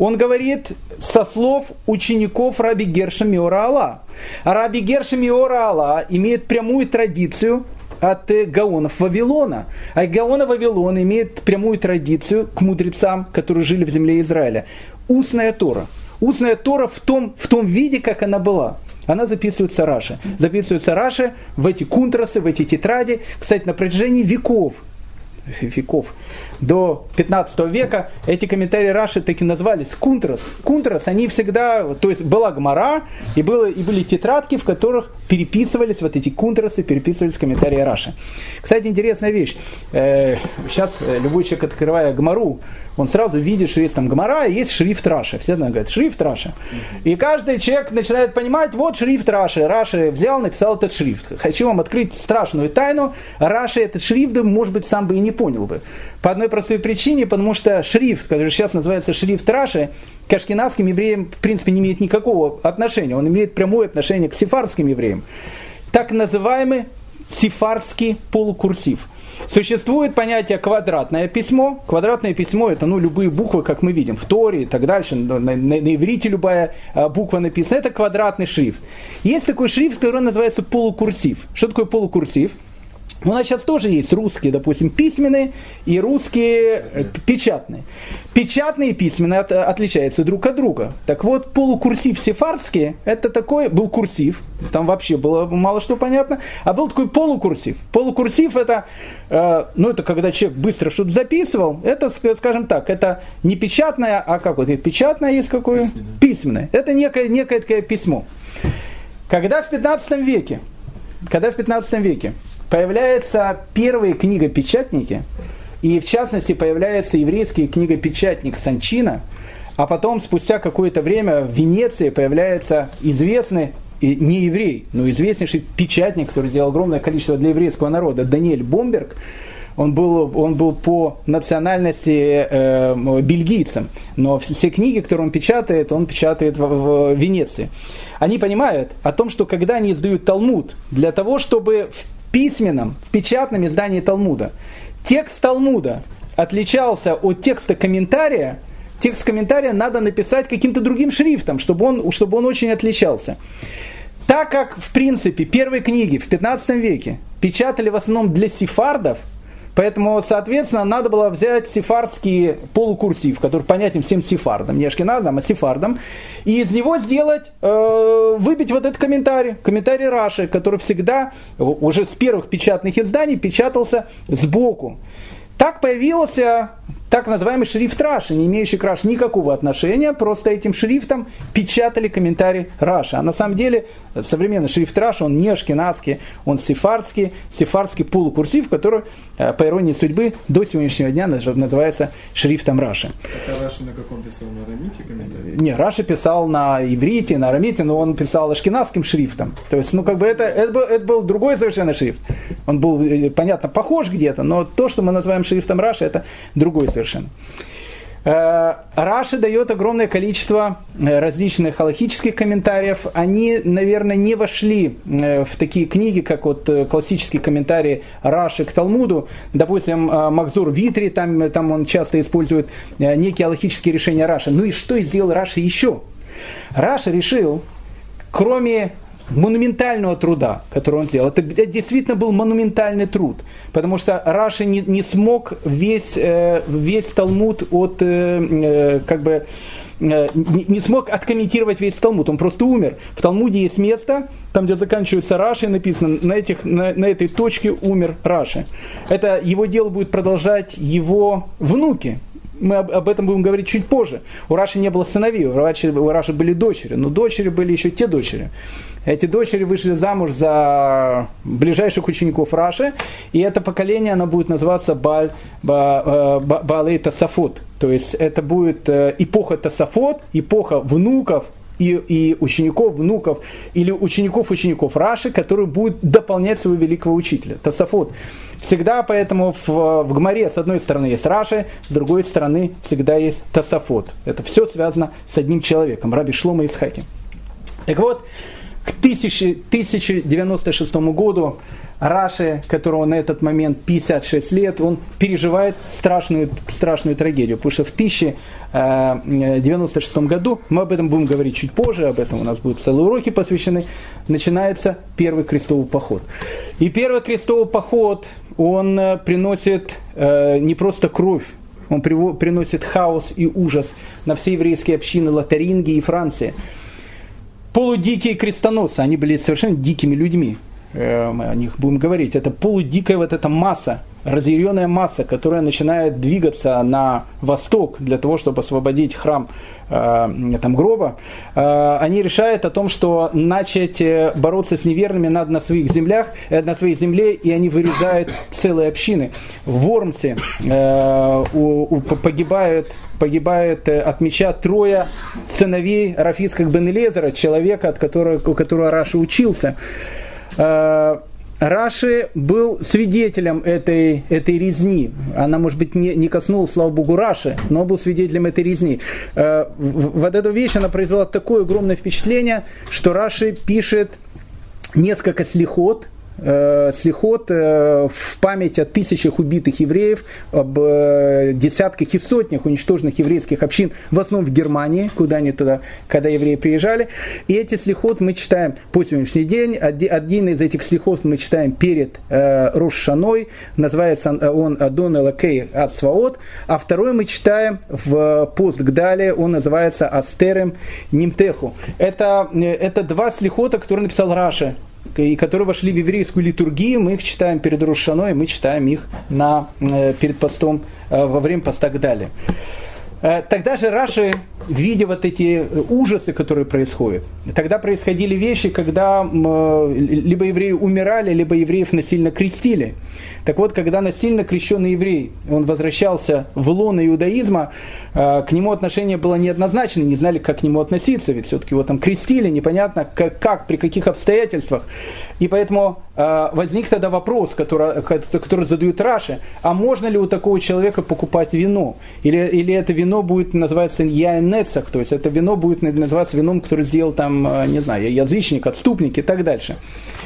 со слов учеников Раби Герша Миора Алла. А Раби Герша Миора Алла имеет прямую традицию от гаонов Вавилона. А гаоны Вавилона имеет прямую традицию к мудрецам, которые жили в земле Израиля. Устная Тора. Устная Тора в том виде, как она была. Она записывается Раши. Записывается Раши в эти кунтрасы, в эти тетради. Кстати, на протяжении веков, до 15 века эти комментарии Раши так и назывались кунтрас. Кунтрас, они всегда, то есть была Гемара, и были тетрадки, в которых переписывались вот эти кунтрасы, переписывались комментарии Раши. Кстати, интересная вещь. Сейчас любой человек, открывая Гемару, он сразу видит, что есть там Гемара, и есть шрифт Раши. Все знают, шрифт Раши. И каждый человек начинает понимать, вот шрифт Раши. Раши взял, написал этот шрифт. Хочу вам открыть страшную тайну. Раши этот шрифт, может быть, сам бы и не понял бы. По одной простой причине, потому что шрифт, который сейчас называется шрифт Раши, к ашкеназским евреям, в принципе, не имеет никакого отношения. Он имеет прямое отношение к сефардским евреям. Так называемый сефардский полукурсив. Существует понятие квадратное письмо. Квадратное письмо это любые буквы, как мы видим, в Торе и так дальше. На иврите любая буква написана. Это квадратный шрифт. Есть такой шрифт, который называется полукурсив. Что такое полукурсив? У нас сейчас тоже есть русские, допустим, письменные и русские печатные, допустим, письменные и русские печатные. Печатные и письменные отличаются друг от друга. Так вот, полукурсив сефардский, это такой, был курсив, там вообще было мало что понятно, а был такой полукурсив. Полукурсив это, это когда человек быстро что-то записывал, это, скажем так, это не печатное, а как вот, печатное есть какое? Письменное. Это некое такое письмо. Когда в 15 веке появляются первые книгопечатники, и в частности появляется еврейский книгопечатник Санчина, а потом спустя какое-то время в Венеции появляется известный, не еврей, но известнейший печатник, который сделал огромное количество для еврейского народа, Даниэль Бомберг. Он был по национальности бельгийцем, но все книги, которые он печатает в Венеции. Они понимают о том, что когда они издают Талмуд, для того, чтобы в печатном издании Талмуда текст Талмуда отличался от текста комментария, текст комментария надо написать каким-то другим шрифтом, чтобы он очень отличался. Так как, в принципе, первые книги в 15 веке печатали в основном для сефардов, поэтому, соответственно, надо было взять сефардский полукурсив, который понятен всем сефардам, не ашкеназам, а сефардам, и из него выбить вот этот комментарий Раши, который всегда, уже с первых печатных изданий, печатался сбоку. Так появился так называемый шрифт Раши, не имеющий к Раши никакого отношения, просто этим шрифтом печатали комментарий Раши. А на самом деле современный шрифт Раши, он не ашкеназский, он сефардский полукурсив, который, по иронии судьбы, до сегодняшнего дня называется шрифтом Раши. Это Раши на каком писал? На арамите комментарий? Не, Раши писал на иврите, на арамите, но он писал ашкеназским шрифтом. То есть, это был другой совершенно шрифт. Он был, понятно, похож где-то, но то, что мы называем шрифтом Раши, это другой совершенно. Раши дает огромное количество различных халахических комментариев. Они, наверное, не вошли в такие книги, как вот классические комментарии Раши к Талмуду. Допустим, Махзур Витри, там он часто использует некие халахические решения Раши. Ну и что сделал Раши еще? Раши решил, кроме монументального труда, который он сделал. Это действительно был монументальный труд, потому что Раши не смог весь Талмуд не смог откомментировать весь Талмуд, он просто умер. В Талмуде есть место, там, где заканчивается Раши, написано, на этой точке умер Раши. Это его дело будет продолжать его внуки. Мы об этом будем говорить чуть позже. У Раши не было сыновей, у Раши были дочери, но дочери были еще те дочери. Эти дочери вышли замуж за ближайших учеников Раши, и это поколение, оно будет называться Баалей Тосафот. То есть это будет эпоха Тосафот, эпоха внуков и учеников внуков, или учеников Раши, которые будут дополнять своего великого учителя. Тосафот. Всегда поэтому в Гмаре с одной стороны есть Раши, с другой стороны всегда есть Тосафот. Это все связано с одним человеком, Раби Шломо Ицхаки. Так вот, к 1096 году Раши, которому на этот момент 56 лет, он переживает страшную трагедию, потому что в 1096 году, мы об этом будем говорить чуть позже, об этом у нас будут целые уроки посвящены, начинается первый крестовый поход. И первый крестовый поход, он приносит не просто кровь, он приносит хаос и ужас на все еврейские общины Лотарингии и Франции. Полудикие крестоносцы, они были совершенно дикими людьми, мы о них будем говорить. Это полудикая вот эта масса, разъяренная масса, которая начинает двигаться на восток для того, чтобы освободить храм гроба. Они решают о том, что начать бороться с неверными надо на своей земле, и они вырезают целые общины. В Вормсе погибает от меча 3 сыновей Рафицкак бен Элиезера, человека, у которого Раши учился. Раши был свидетелем этой резни. Она, может быть, не коснулась, слава Богу, Раши, но он был свидетелем этой резни. Вот эта вещь, она произвела такое огромное впечатление, что Раши пишет несколько слихот, слихот в память о тысячах убитых евреев, об десятках и сотнях уничтоженных еврейских общин, в основном в Германии, куда они туда, когда евреи приезжали. И эти слихот мы читаем по сегодняшний день. Один из этих слихот мы читаем перед Рош Шаной, называется он «Адон Элокей ад Цваот», а второй мы читаем в пост Гдале, он называется «Астерем Нимтеху». Это два слихота, которые написал Раши, и которые вошли в еврейскую литургию. Мы их читаем перед Рош Шаной, мы читаем их перед постом, во время поста Гдали. Тогда же Раши, видя вот эти ужасы, которые происходят, тогда происходили вещи, когда либо евреи умирали, либо евреев насильно крестили. Так вот, когда насильно крещенный еврей, он возвращался в лоно иудаизма, к нему отношение было неоднозначное, не знали, как к нему относиться, ведь все-таки его там крестили, непонятно как, при каких обстоятельствах. И поэтому возник тогда вопрос, который задают Раши, а можно ли у такого человека покупать вино? Или это вино будет называться яйн нецах, то есть это вино будет называться вином, который сделал там, не знаю, язычник, отступник и так дальше.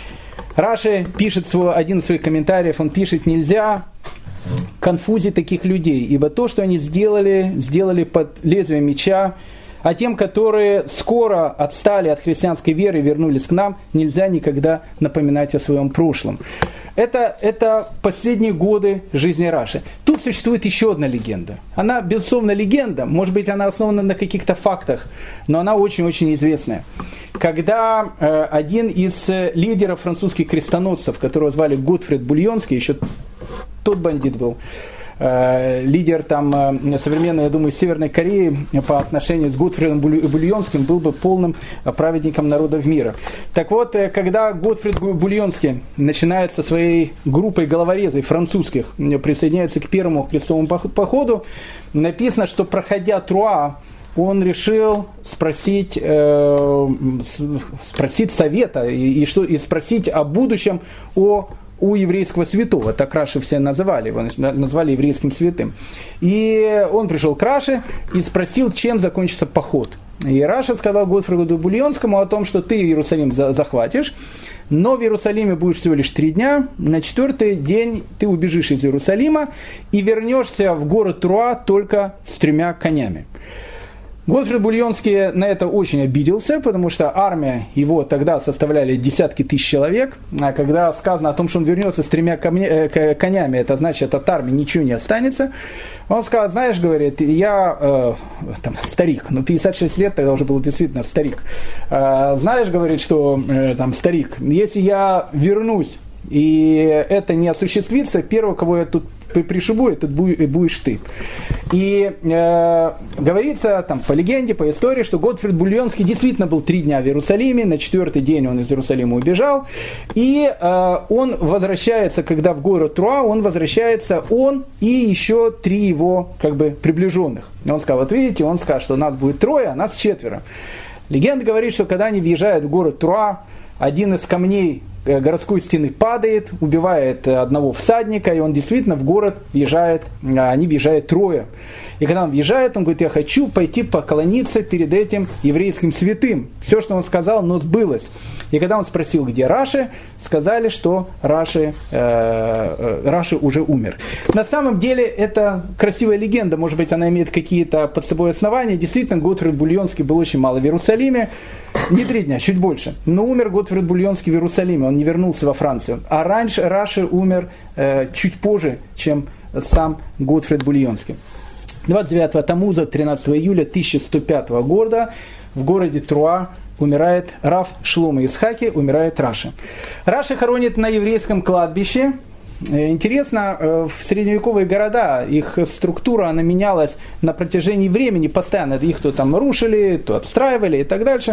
Раши пишет один из своих комментариев, он пишет: нельзя конфузить таких людей, ибо то, что они сделали под лезвием меча, а тем, которые скоро отстали от христианской веры и вернулись к нам, нельзя никогда напоминать о своем прошлом. Это последние годы жизни Раши. Тут существует еще одна легенда. Она, безусловно, легенда. Может быть, она основана на каких-то фактах, но она очень-очень известная. Когда один из лидеров французских крестоносцев, которого звали Готфрид Бульонский, еще тот бандит был, лидер там современной, я думаю, Северной Кореи по отношению с Готфридом Бульонским был бы полным праведником народов мира. Так вот, когда Готфрид Бульонский начинает со своей группой головорезов французских, присоединяется к первому крестовому походу, написано, что, проходя Труа, он решил спросить совета и спросить о будущем у еврейского святого, так Раши все называли, его назвали еврейским святым. И он пришел к Раши и спросил, чем закончится поход. И Раша сказал Готфриду Бульонскому о том, что ты Иерусалим захватишь, но в Иерусалиме будешь всего лишь 3 дня, на 4-й день ты убежишь из Иерусалима и вернешься в город Труа только с 3 конями. Готфрид Бульонский на это очень обиделся, потому что армия его тогда составляли десятки тысяч человек. А когда сказано о том, что он вернется с 3 конями, это значит, от армии ничего не останется. Он сказал: знаешь, говорит, я старик, 56 лет, тогда уже был действительно старик. Знаешь, говорит, что старик, если я вернусь, и это не осуществится, первого, кого я тут пришибу, это будешь ты. И говорится там по легенде, по истории, что Готфрид Бульонский действительно был 3 дня в Иерусалиме, на 4-й день он из Иерусалима убежал, и он возвращается, когда в город Труа, он и еще 3 его приближенных. И он сказал: вот видите, он сказал, что нас будет 3, а нас 4. Легенда говорит, что когда они въезжают в город Труа, один из камней городской стены падает, убивает одного всадника, и он действительно в город въезжает, они въезжают 3. И когда он въезжает, он говорит: я хочу пойти поклониться перед этим еврейским святым. Все, что он сказал, но сбылось. И когда он спросил, где Раши, сказали, что Раши уже умер. На самом деле это красивая легенда, может быть, она имеет какие-то под собой основания. Действительно, Готфрид Бульонский был очень мало в Иерусалиме, не 3 дня, чуть больше. Но умер Готфрид Бульонский в Иерусалиме, он не вернулся во Францию. А раньше Раши умер чуть позже, чем сам Готфрид Бульонский. 29 Тамуза, 13 июля 1105 года в городе Труа умирает Рав Шломо Ицхаки, умирает Раши. Раши хоронит на еврейском кладбище. Интересно, в средневековые города, их структура, она менялась на протяжении времени постоянно. Их то там рушили, то отстраивали и так дальше.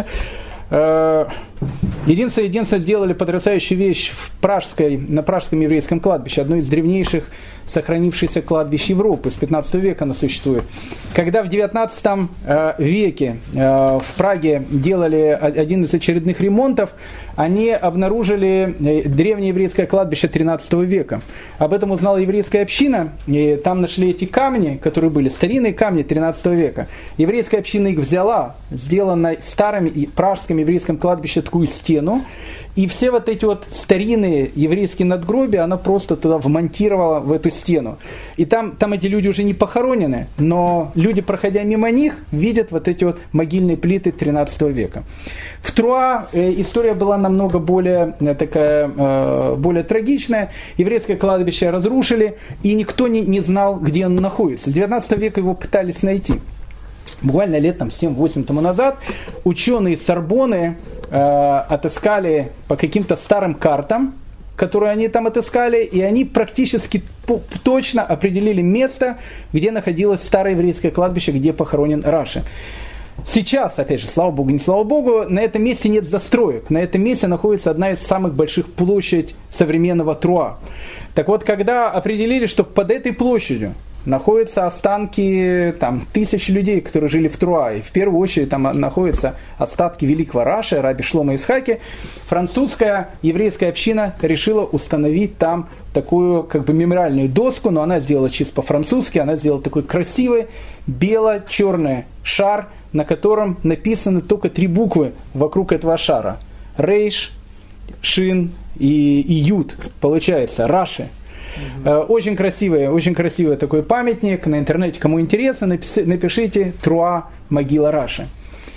Единственное, сделали потрясающую вещь на Пражском еврейском кладбище, одно из древнейших сохранившихся кладбищ Европы, с 15 века оно существует. Когда в 19 веке в Праге делали один из очередных ремонтов, они обнаружили древнее еврейское кладбище 13 века. Об этом узнала еврейская община, и там нашли эти камни, которые были старинные камни 13 века. Еврейская община их взяла, сделала на старом пражском еврейском кладбище такую стену, И все вот эти вот старинные еврейские надгробия она просто туда вмонтировала, в эту стену. И там эти люди уже не похоронены, но люди, проходя мимо них, видят вот эти вот могильные плиты 13 века. В Труа история была намного более трагичная. Еврейское кладбище разрушили, и никто не знал, где оно находится. С 19 века его пытались найти. Буквально лет 7-8 тому назад ученые Сорбонны отыскали по каким-то старым картам, которые они там отыскали, и они практически точно определили место, где находилось старое еврейское кладбище, где похоронен Раши. Сейчас, опять же, слава богу, не слава богу, на этом месте нет застроек. На этом месте находится одна из самых больших площадей современного Труа. Так вот, когда определили, что под этой площадью находятся останки тысяч людей, которые жили в Труа, и в первую очередь там находятся остатки великого Раши, раби Шломо Исхаки, французская еврейская община решила установить там такую мемориальную доску, но она сделала чисто по-французски, она сделала такой красивый бело-черный шар, на котором написаны только 3 буквы вокруг этого шара. Рейш, Шин и Юд, получается, Раши. Очень красивый такой памятник. На интернете, кому интересно, напишите «Труа, могила Раши».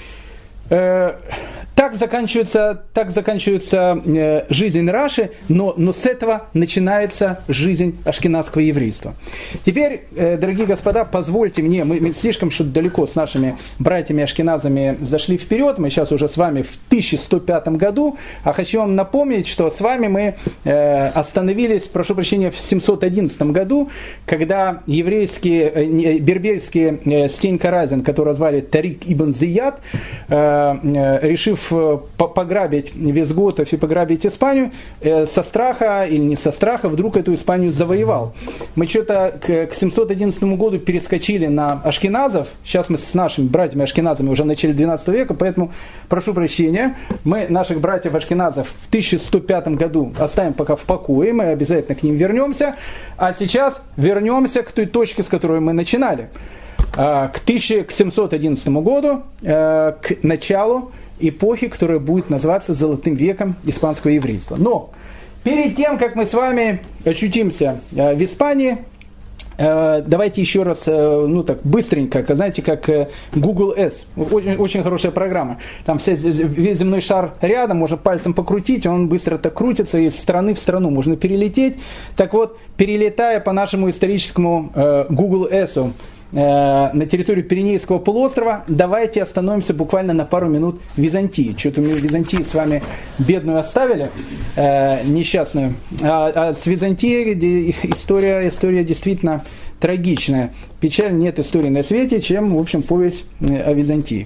Так заканчивается жизнь Раши, но с этого начинается жизнь ашкеназского еврейства. Теперь, дорогие господа, позвольте мне, мы слишком что-то далеко с нашими братьями-ашкеназами зашли вперед, мы сейчас уже с вами в 1105 году, а хочу вам напомнить, что с вами мы остановились, прошу прощения, в 711 году, когда берберские Стенька Разин, которого звали Тарик ибн Зияд, решив пограбить визготов и пограбить Испанию, со страха или не со страха, вдруг эту Испанию завоевал. Мы что-то к 711 году перескочили на ашкеназов, сейчас мы с нашими братьями-ашкеназами уже в начале 12 века, поэтому прошу прощения, мы наших братьев-ашкеназов в 1105 году оставим пока в покое, мы обязательно к ним вернемся, а сейчас вернемся к той точке, с которой мы начинали. К 711 году, к началу эпохи, которая будет называться Золотым веком испанского еврейства. Но перед тем, как мы с вами очутимся в Испании, давайте еще раз, быстренько, знаете, как Google S. Очень хорошая программа. Там весь земной шар рядом, можно пальцем покрутить, он быстро так крутится, из страны в страну можно перелететь. Так вот, перелетая по нашему историческому Google S, на территорию Пиренейского полуострова, давайте остановимся буквально на пару минут в Византии. Что-то мы в Византии с вами бедную оставили, несчастную. А с Византией история действительно трагичная. Печаль нет истории на свете, чем, в общем, повесть о Византии.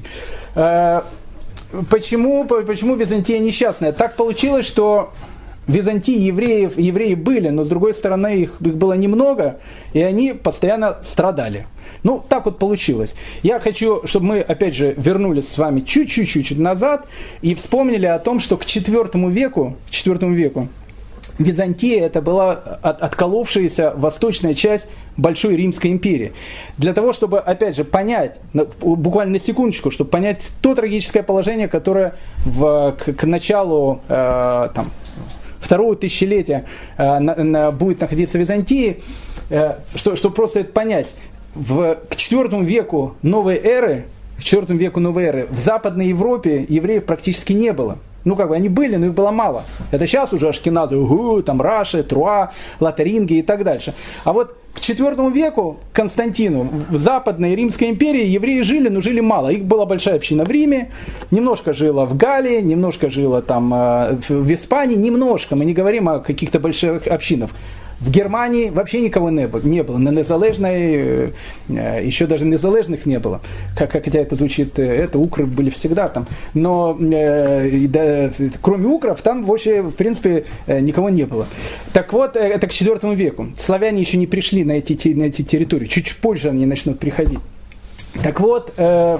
Почему Византия несчастная? Так получилось, что в Византии евреи были, но с другой стороны их было немного, и они постоянно страдали. Так вот получилось. Я хочу, чтобы мы, опять же, вернулись с вами чуть-чуть назад и вспомнили о том, что к IV веку Византия это была отколовшаяся восточная часть Большой Римской империи. Для того, чтобы, опять же, понять, буквально на секундочку, чтобы понять то трагическое положение, которое к началу второго тысячелетия будет находиться в Византии, что просто это понять, к IV веку новой эры, в Западной Европе евреев практически не было. Они были, но их было мало. Это сейчас уже ашкеназы, Раши, Труа, Лотарингия и так дальше. А вот к IV веку, Константину, в Западной Римской империи евреи жили, но жили мало. Их была большая община в Риме, немножко жила в Галлии, немножко жила в Испании, немножко. Мы не говорим о каких-то больших общинах. В Германии вообще никого не было. На незалежной, еще даже незалежных не было. Хотя это звучит, укры были всегда там. Но кроме укров, там вообще, в принципе, никого не было. Так вот, это к IV веку. Славяне еще не пришли на эти территории. Чуть позже они начнут приходить. Так вот,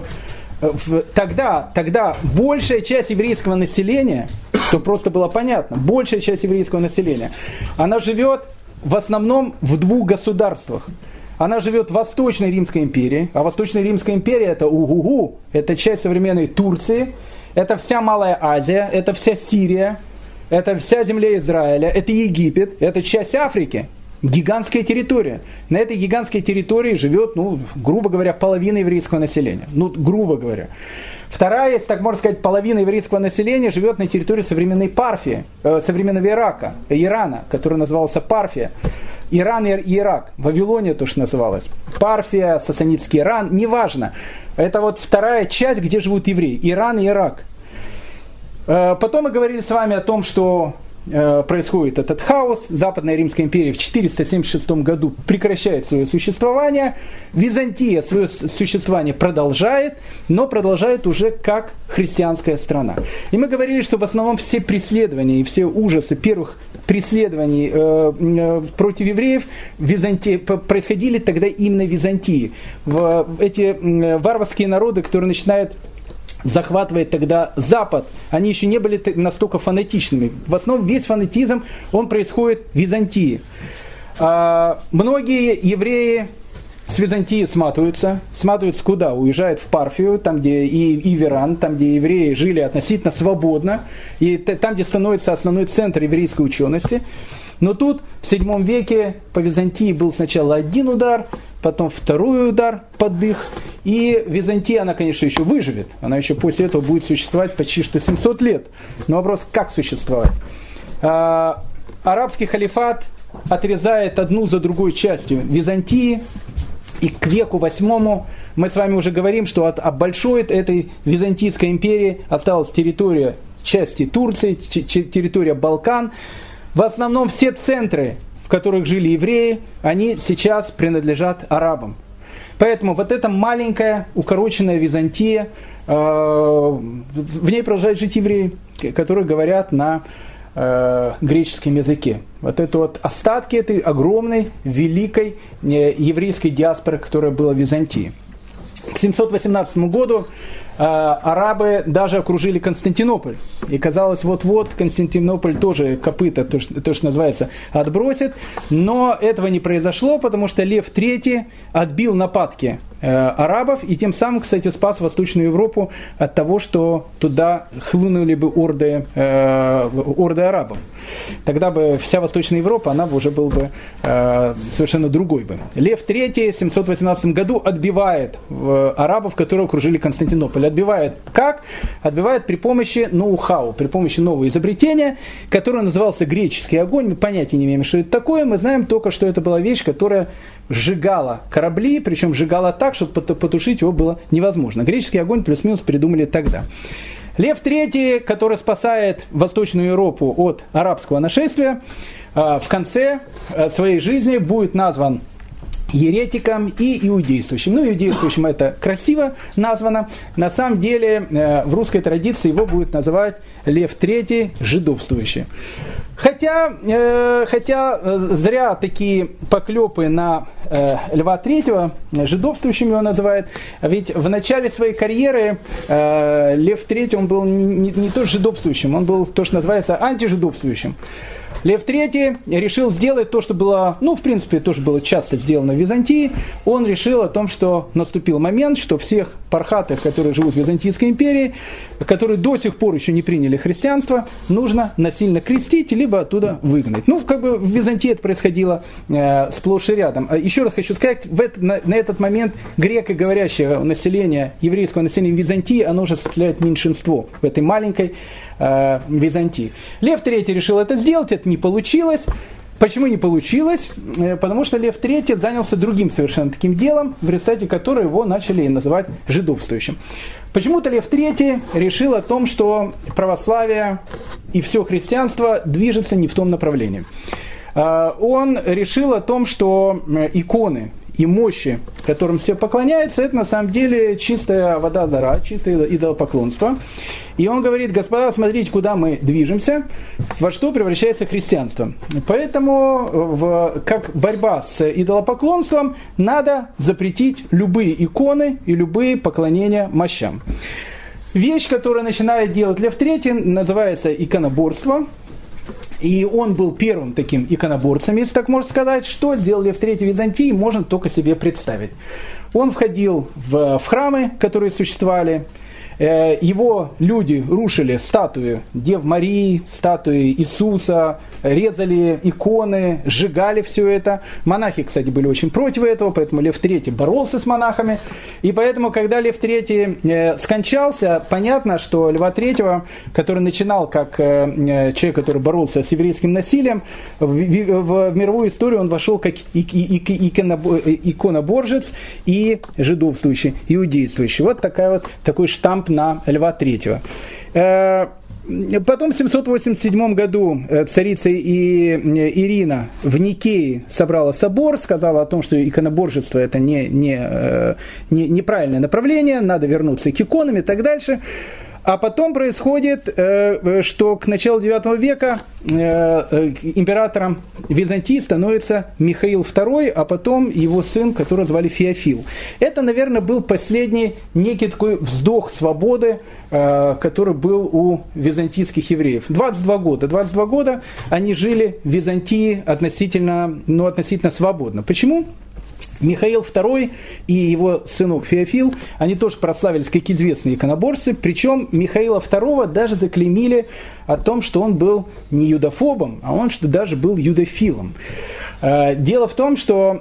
тогда большая часть еврейского населения, чтобы просто было понятно, большая часть еврейского населения, она живет в основном в 2 государствах. Она живет в Восточной Римской империи, а Восточная Римская империя это часть современной Турции, это вся Малая Азия, это вся Сирия, это вся земля Израиля, это Египет, это часть Африки. Гигантская территория. На этой гигантской территории живет, грубо говоря, половина еврейского населения. Грубо говоря. Вторая, если так можно сказать, половина еврейского населения живет на территории современной Парфии, современного Ирана, который назывался Парфия. Иран и Ирак. Вавилония тоже называлась. Парфия, сасанидский Иран, неважно. Это вот вторая часть, где живут евреи. Иран и Ирак. Потом мы говорили с вами о том, что происходит этот хаос. Западная Римская империя в 476 году прекращает свое существование. Византия свое существование продолжает, но продолжает уже как христианская страна. И мы говорили, что в основном все преследования и все ужасы первых преследований против евреев происходили тогда именно в Византии. Эти варварские народы, которые начинают захватывает тогда Запад, они еще не были настолько фанатичными. В основном весь фанатизм, он происходит в Византии. Многие евреи с Византии сматываются куда? Уезжают в Парфию, там, где и в Иран, там, где евреи жили относительно свободно, и там, где становится основной центр еврейской учености. Но тут в 7 веке по Византии был сначала один удар, потом второй удар под дых. И Византия, она, конечно, еще выживет. Она еще после этого будет существовать почти что 700 лет. Но вопрос, как существовать? Арабский халифат отрезает одну за другой частью Византии. И к веку 8 мы с вами уже говорим, что от большой этой Византийской империи осталась территория части Турции, территория Балкан. В основном все центры, в которых жили евреи, они сейчас принадлежат арабам. Поэтому вот эта маленькая, укороченная Византия, в ней продолжают жить евреи, которые говорят на греческом языке. Вот это вот остатки этой огромной, великой еврейской диаспоры, которая была в Византии. К 718 году арабы даже окружили Константинополь. И казалось, вот-вот Константинополь тоже копыта, то, что называется, отбросит. Но этого не произошло, потому что Лев III отбил нападки арабов и тем самым, кстати, спас Восточную Европу от того, что туда хлынули бы орды арабов. Тогда бы вся Восточная Европа, она бы уже была бы совершенно другой бы. Лев III в 718 году отбивает арабов, которые окружили Константинополь. Отбивает как? Отбивает при помощи ноу-хау, при помощи нового изобретения, которое назывался греческий огонь. Мы понятия не имеем, что это такое. Мы знаем только, что это была вещь, которая сжигала корабли, причем сжигала так, что потушить его было невозможно. Греческий огонь плюс-минус придумали тогда. Лев III, который спасает Восточную Европу от арабского нашествия, в конце своей жизни будет назван еретиком и иудействующим. Иудействующим это красиво названо. На самом деле в русской традиции его будет называть Лев III жидовствующий. Хотя зря такие поклепы на Льва III, жидовствующим его называют, ведь в начале своей карьеры Лев III он был не то жидовствующим, он был то, что называется антижидовствующим. Лев III решил сделать то, что было, в принципе, тоже было часто сделано в Византии. Он решил о том, что наступил момент, что всех пархатов, которые живут в Византийской империи, которые до сих пор еще не приняли христианство, нужно насильно крестить, либо оттуда выгнать. В Византии это происходило сплошь и рядом. Еще раз хочу сказать, на этот момент грекоговорящее население, еврейского населения Византии, оно уже составляет меньшинство в этой маленькой Византии. Лев III решил это сделать, это не получилось. Почему не получилось? Потому что Лев III занялся другим совершенно таким делом, в результате которого его начали называть жидовствующим. Почему-то Лев III решил о том, что православие и все христианство движется не в том направлении. Он решил о том, что иконы и мощи, которым все поклоняются, это на самом деле чистая вода зара, чистое идолопоклонство. И он говорит: господа, смотрите, куда мы движемся, во что превращается христианство. Поэтому, как борьба с идолопоклонством, надо запретить любые иконы и любые поклонения мощам. Вещь, которую начинает делать Лев III, называется иконоборство. И он был первым таким иконоборцем, если так можно сказать. Что сделал Лев III в Византии, можно только себе представить. Он входил в храмы, которые существовали. его люди рушили статуи Дев Марии, статуи Иисуса, резали иконы, сжигали все это. Монахи, кстати, были очень против этого, поэтому Лев III боролся с монахами. И поэтому, когда Лев III скончался, понятно, что Льва III, который начинал как человек, который боролся с еврейским насилием, в мировую историю он вошел как иконоборжец и жидовствующий, иудействующий. Вот такой штамп на Льва III. Потом в 787 году царица Ирина в Никее собрала собор, сказала о том, что иконоборжество это неправильное направление, надо вернуться к иконам и так дальше. А потом происходит, что к началу IX века императором Византии становится Михаил II, а потом его сын, которого звали Феофил. Это, наверное, был последний некий такой вздох свободы, который был у византийских евреев. 22 года они жили в Византии относительно свободно. Почему? Михаил II и его сынок Феофил, они тоже прославились как известные иконоборцы, причем Михаила II даже заклеймили о том, что он был не юдофобом, а он что даже был юдофилом. Дело в том, что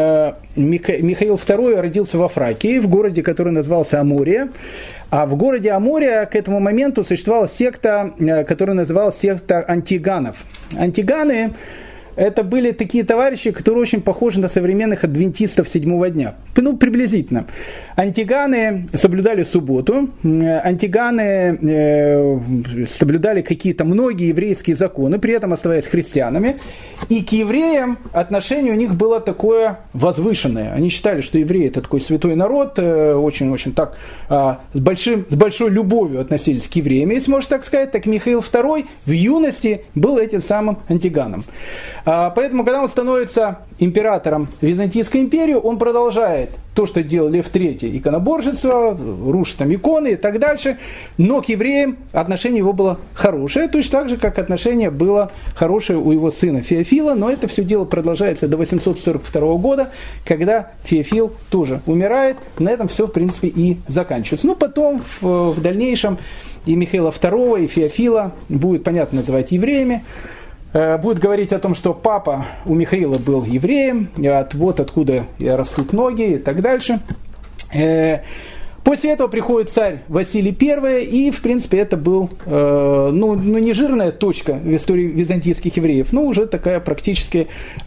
Михаил II родился во Фракии, в городе, который назывался Амория. А в городе Амория к этому моменту существовала секта, которая называлась секта антиганов. Антиганы — это были такие товарищи, которые очень похожи на современных адвентистов седьмого дня. Ну, приблизительно. Антиганы соблюдали субботу, антиганы соблюдали какие-то многие еврейские законы, при этом оставаясь христианами. И к евреям отношение у них было такое возвышенное. Они считали, что евреи это такой святой народ, очень-очень так с большой любовью относились к евреям. Если можно так сказать, так Михаил II в юности был этим самым антиганом. Поэтому, когда он становится императором Византийской империи, он продолжает то, что делал Лев III, иконоборжество, рушит там иконы и так дальше, но к евреям отношение его было хорошее, точно так же, как отношение было хорошее у его сына Феофила, но это все дело продолжается до 842 года, когда Феофил тоже умирает, на этом все, в принципе, и заканчивается. Но потом, в дальнейшем, и Михаила II, и Феофила будет, понятно, называть евреями, будет говорить о том, что папа у Михаила был евреем, вот откуда растут ноги и так дальше. После этого приходит царь Василий I, и, в принципе, это был, не жирная точка в истории византийских евреев, но уже такая практически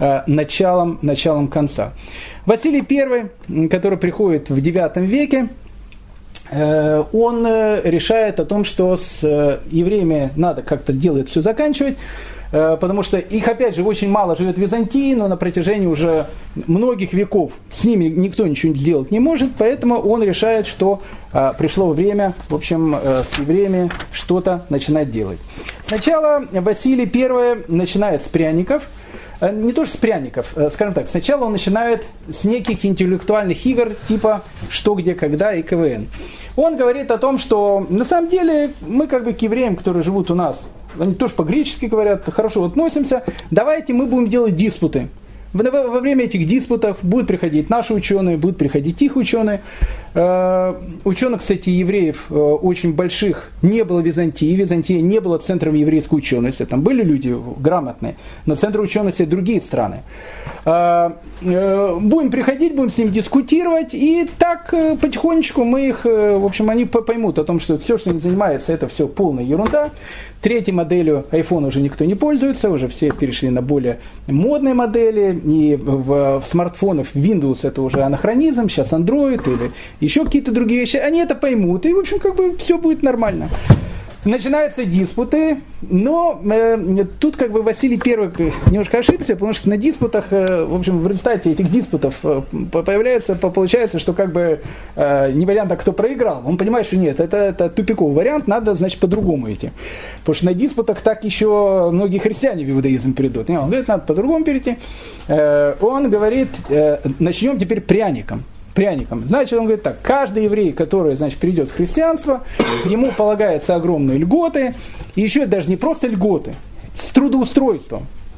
началом конца. Василий I, который приходит в IX веке, он решает о том, что с евреями надо как-то делать все заканчивать, потому что их, опять же, очень мало живет в Византии, но на протяжении уже многих веков с ними никто ничего сделать не может, поэтому он решает, что пришло время, в общем, с евреями что-то начинать делать. Сначала Василий I начинает с пряников, не то что с пряников, скажем так, сначала он начинает с неких интеллектуальных игр типа «Что, где, когда» и КВН. Он говорит о том, что на самом деле мы как бы к евреям, которые живут у нас, они тоже по-гречески говорят, хорошо относимся, давайте мы будем делать диспуты. Во время этих диспутов будут приходить наши ученые, будут приходить их ученые. Ученых, кстати, евреев очень больших не было в Византии. Византия не была центром еврейской учености. Там были люди грамотные, но центр учености другие страны. Будем приходить, будем с ним дискутировать, и так потихонечку мы их, в общем, они поймут о том, что все, что им занимается, это все полная ерунда. Третьей моделью iPhone уже никто не пользуется, уже все перешли на более модные модели, и в смартфонах Windows это уже анахронизм, сейчас Android или еще какие-то другие вещи, они это поймут, и, в общем, как бы все будет нормально. Начинаются диспуты, но тут как бы Василий I немножко ошибся, потому что на диспутах, в общем, в результате этих диспутов получается, что как бы не вариант, а кто проиграл. Он понимает, что нет, это тупиковый вариант, надо, значит, по-другому идти. Потому что на диспутах так еще многие христиане в иудаизм перейдут. Он говорит, надо по-другому перейти. Он говорит, начнем теперь пряником. Значит, он говорит так, каждый еврей, который, значит, перейдет в христианство, ему полагаются огромные льготы, и еще даже не просто льготы, с трудоустройством.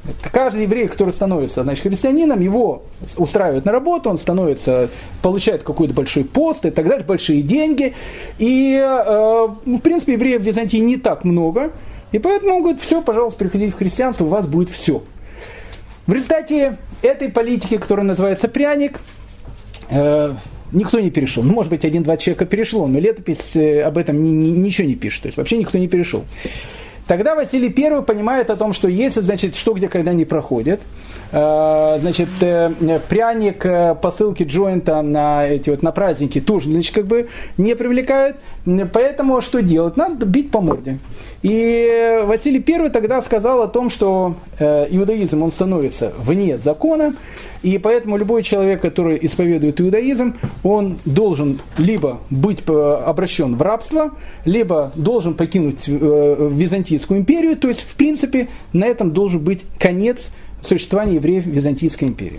Каждый еврей, который становится, значит, христианином, его устраивают на работу, он становится, получает какой-то большой пост и так далее, большие деньги. И, в принципе, евреев в Византии не так много. И поэтому он говорит: все, пожалуйста, приходите в христианство, у вас будет все. В результате этой политики, которая называется пряник, никто не перешел. Ну, может быть, 1-2 человека перешло, но летопись об этом ничего не пишет. То есть вообще никто не перешел. Тогда Василий I понимает о том, что если, значит, что, где, когда не проходит, значит, пряник, посылки джойнта на эти вот на праздники тоже, значит, как бы не привлекают. Поэтому что делать? Надо бить по морде. И Василий I тогда сказал о том, что иудаизм, он становится вне закона, и поэтому любой человек, который исповедует иудаизм, он должен либо быть обращен в рабство, либо должен покинуть Византийскую империю. То есть, в принципе, на этом должен быть конец существования евреев в Византийской империи.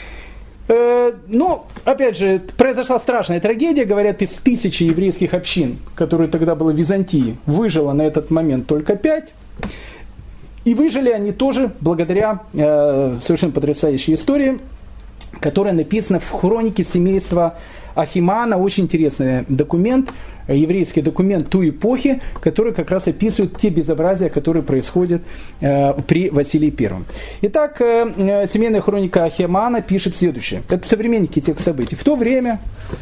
Но, опять же, произошла страшная трагедия. Говорят, из 1000 еврейских общин, которые тогда были в Византии, выжило на этот момент только 5. И выжили они тоже благодаря совершенно потрясающей истории, которая написана в хронике семейства Ахимана. Очень интересный документ, еврейский документ той эпохи, который как раз описывает те безобразия, которые происходят при Василии I. Итак, семейная хроника Ахимана пишет следующее. Это современники тех событий. В то время,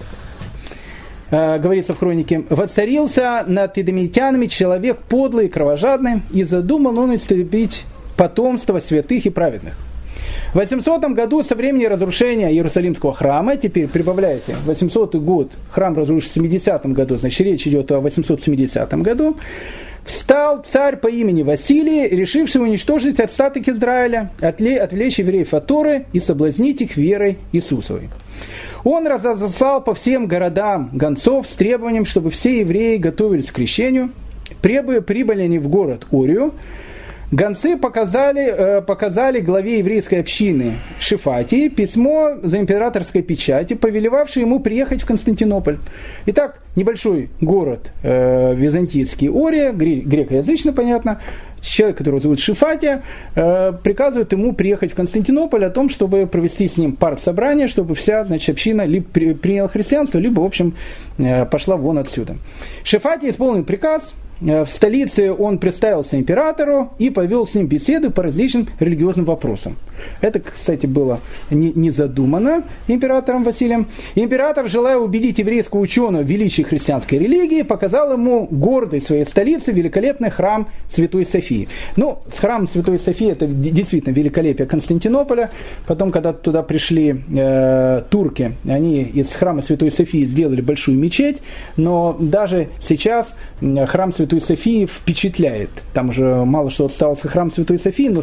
говорится в хронике, воцарился над идомитянами человек подлый и кровожадный, и задумал он истребить потомство святых и праведных. В 800 году, со времени разрушения Иерусалимского храма, теперь прибавляйте, 800 год, храм разрушен в 70 году, значит, речь идет о 870 году, встал царь по имени Василий, решивший уничтожить остаток Израиля, отвлечь евреев от Торы и соблазнить их верой Иисусовой. Он разослал по всем городам гонцов с требованием, чтобы все евреи готовились к крещению. Прибыли они в город Орию. Гонцы показали главе еврейской общины Шифатии письмо за императорской печатью, повелевавшее ему приехать в Константинополь. Итак, небольшой город византийский Ория, грекоязычно, понятно, человек, которого зовут Шифатия, приказывает ему приехать в Константинополь о том, чтобы провести с ним парт-собрание, чтобы вся, значит, община либо приняла христианство, либо, в общем, пошла вон отсюда. Шифатия исполнил приказ. В столице он представился императору и повел с ним беседы по различным религиозным вопросам. Это, кстати, было не задумано императором Василием. Император, желая убедить еврейского ученого в величии христианской религии, показал ему гордой своей столицы великолепный храм Святой Софии. Ну, с храмом Святой Софии это действительно великолепие Константинополя. Потом, когда туда пришли турки, они из храма Святой Софии сделали большую мечеть, но даже сейчас храм Святой Софии впечатляет. Там уже мало что осталось храм Святой Софии, но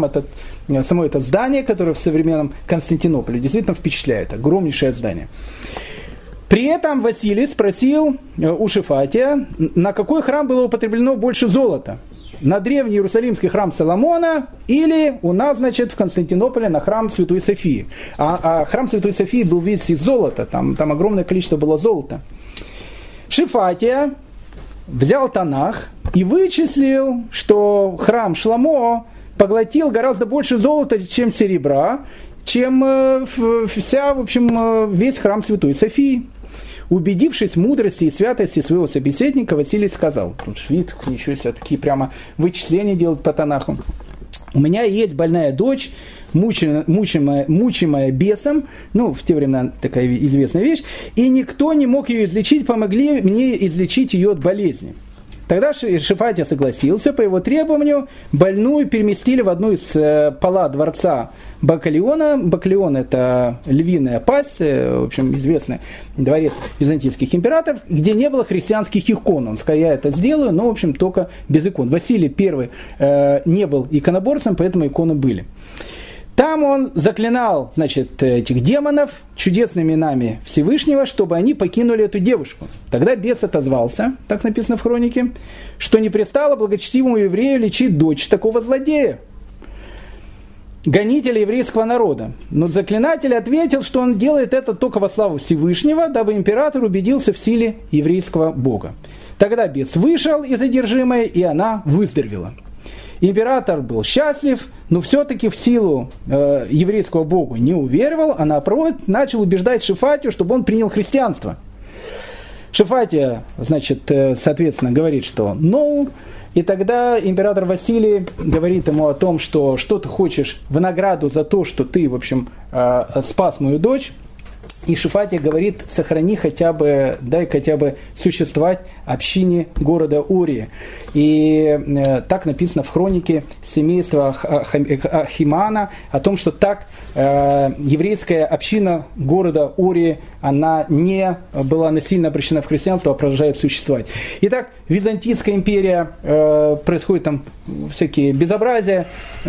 само это здание, которое в современном Константинополе, действительно впечатляет. Огромнейшее здание. При этом Василий спросил у Шифатия, на какой храм было употреблено больше золота? На древний Иерусалимский храм Соломона или у нас, значит, в Константинополе на храм Святой Софии? А храм Святой Софии был весь из золота, там огромное количество было золота. Шифатия взял Танах и вычислил, что храм Шломо поглотил гораздо больше золота, чем серебра, чем весь храм Святой Софии. Убедившись в мудрости и святости своего собеседника, Василий сказал, тут вид, ничего себе, такие прямо вычисления делать по Танаху. У меня есть больная дочь, мучимая бесом, в те времена такая известная вещь, и никто не мог ее излечить, помогли мне излечить ее от болезни. Тогда Шифатия согласился, по его требованию больную переместили в одну из палат дворца Бакалиона. Бакалион – это львиная пасть, в общем, известный дворец византийских императоров, где не было христианских икон. Он сказал, я это сделаю, но, в общем, только без икон. Василий I не был иконоборцем, поэтому иконы были. Там он заклинал, значит, этих демонов чудесными именами Всевышнего, чтобы они покинули эту девушку. Тогда бес отозвался, так написано в хронике, что не пристало благочестивому еврею лечить дочь такого злодея, гонителя еврейского народа. Но заклинатель ответил, что он делает это только во славу Всевышнего, дабы император убедился в силе еврейского бога. Тогда бес вышел из одержимой, и она выздоровела. Император был счастлив, но все-таки в силу еврейского богу не уверовал, а наоборот начал убеждать Шефатию, чтобы он принял христианство. Шефатия, значит, соответственно, говорит, что «no». И тогда император Василий говорит ему о том, что ты хочешь в награду за то, что ты, в общем, спас мою дочь. И Шефатия говорит: сохрани дай хотя бы существовать общине города Урии. И так написано в хронике семейства Ахимана о том, что так еврейская община города Урии, она не была насильно обращена в христианство, а продолжает существовать. Итак, Византийская империя, происходит там всякие безобразия,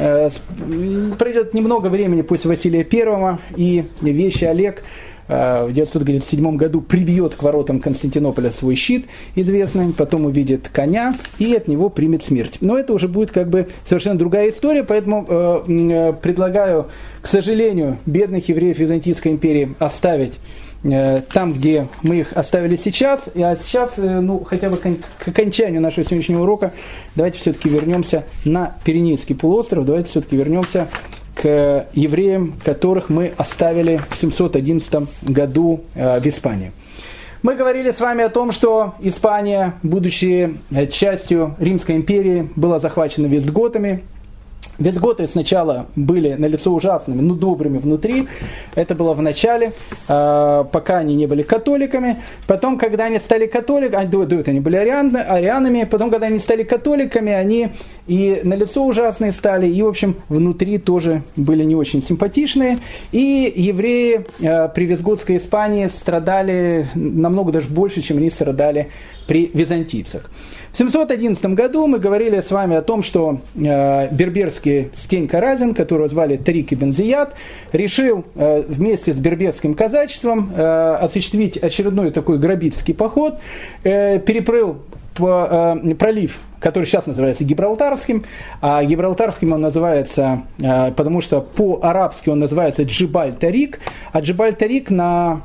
пройдет немного времени после Василия I, и вещий Олег в 997 году прибьет к воротам Константинополя свой щит известный, потом увидит коня и от него примет смерть. Но это уже будет как бы совершенно другая история, поэтому предлагаю, к сожалению, бедных евреев Византийской империи оставить там, где мы их оставили сейчас. А сейчас, хотя бы к окончанию нашего сегодняшнего урока, давайте все-таки вернемся на Пиренейский полуостров, давайте все-таки вернемся к евреям, которых мы оставили в 711 году в Испании. Мы говорили с вами о том, что Испания, будучи частью Римской империи, была захвачена вестготами. Вестготы сначала были налицо ужасными, но добрыми внутри. Это было в начале, пока они не были католиками. Потом, когда они стали католиками, до этого они были арианами, потом, когда они стали католиками, они и налицо ужасные стали, и, в общем, внутри тоже были не очень симпатичные. И евреи при вестготской Испании страдали намного даже больше, чем они страдали при византийцах. В 711 году мы говорили с вами о том, что берберский Стенька Разин, которого звали Тарик ибн Зияд, решил вместе с берберским казачеством осуществить очередной такой грабительский поход, переплыл пролив, который сейчас называется Гибралтарским, а Гибралтарским он называется, потому что по-арабски он называется Джибаль-Тарик, а Джибаль-Тарик на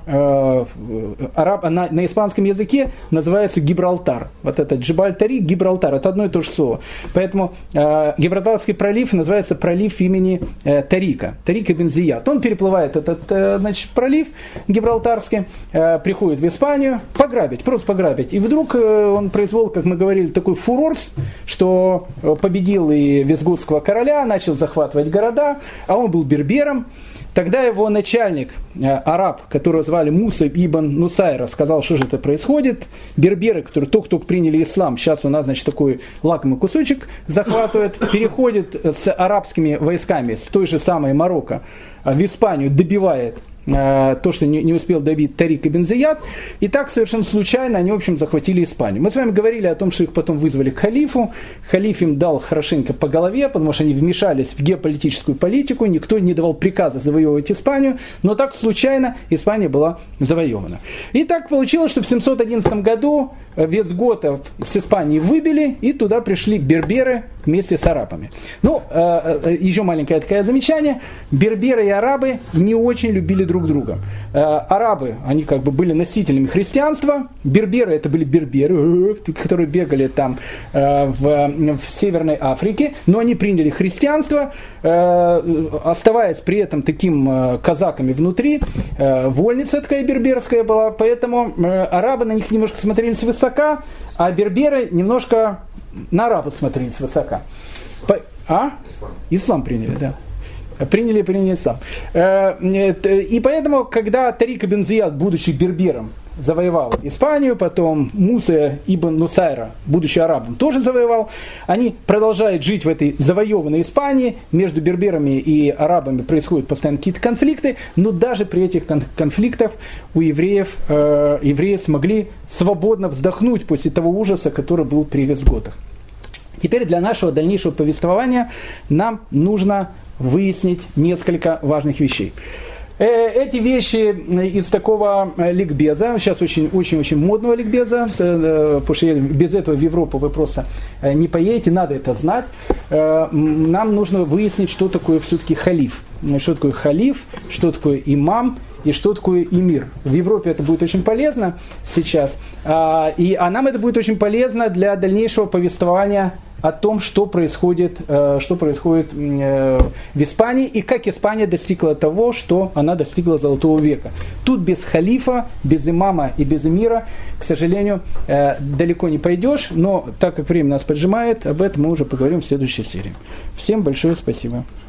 испанском языке называется Гибралтар. Вот это Джибаль-Тарик, Гибралтар, это одно и то же слово. Поэтому Гибралтарский пролив называется пролив имени Тарика, Тарик ибн Зияд. Он переплывает этот, значит, пролив Гибралтарский, приходит в Испанию пограбить, просто пограбить. И вдруг он произвел, как мы говорили, такой фурор, что победил и вестготского короля, начал захватывать города, а он был бербером. Тогда его начальник, араб, которого звали Муса ибн Нусайра, сказал, что же это происходит. Берберы, которые только-только приняли ислам, сейчас у нас, значит, такой лакомый кусочек захватывает, переходит с арабскими войсками, с той же самой Марокко, в Испанию, добивает то, что не успел добить Тарик ибн Зияд. И так совершенно случайно они, в общем, захватили Испанию. Мы с вами говорили о том, что их потом вызвали к халифу. Халиф им дал хорошенько по голове, потому что они вмешались в геополитическую политику. Никто не давал приказа завоевывать Испанию. Но так случайно Испания была завоевана. И так получилось, что в 711 году вестготов с Испании выбили, и туда пришли берберы вместе с арабами. Ну, еще маленькое такое замечание. Берберы и арабы не очень любили друг друга. Арабы, они как бы были носителями христианства. Берберы, это были берберы, которые бегали там в Северной Африке, но они приняли христианство, оставаясь при этом таким казаками внутри. Вольница такая берберская была, поэтому арабы на них немножко смотрели свысока, а берберы немножко на арабов смотрели свысока. Ислам приняли, да. Приняли ислам. И поэтому, когда Тарик ибн Зияд, будучи бербером, завоевал Испанию, потом Муса ибн Нусайра, будучи арабом, тоже завоевал, они продолжают жить в этой завоеванной Испании, между берберами и арабами происходят постоянно какие-то конфликты, но даже при этих конфликтах у евреи смогли свободно вздохнуть после того ужаса, который был при вестготах. Теперь для нашего дальнейшего повествования нам нужно выяснить несколько важных вещей. Эти вещи из такого ликбеза, сейчас очень модного ликбеза, потому что без этого в Европу вы просто не поедете, надо это знать. Нам нужно выяснить, что такое все-таки халиф. Что такое халиф, что такое имам и что такое эмир. В Европе это будет очень полезно сейчас, а нам это будет очень полезно для дальнейшего повествования о том, что происходит в Испании и как Испания достигла того, что она достигла Золотого века. Тут без халифа, без имама и без эмира, к сожалению, далеко не пойдешь, но так как время нас поджимает, об этом мы уже поговорим в следующей серии. Всем большое спасибо.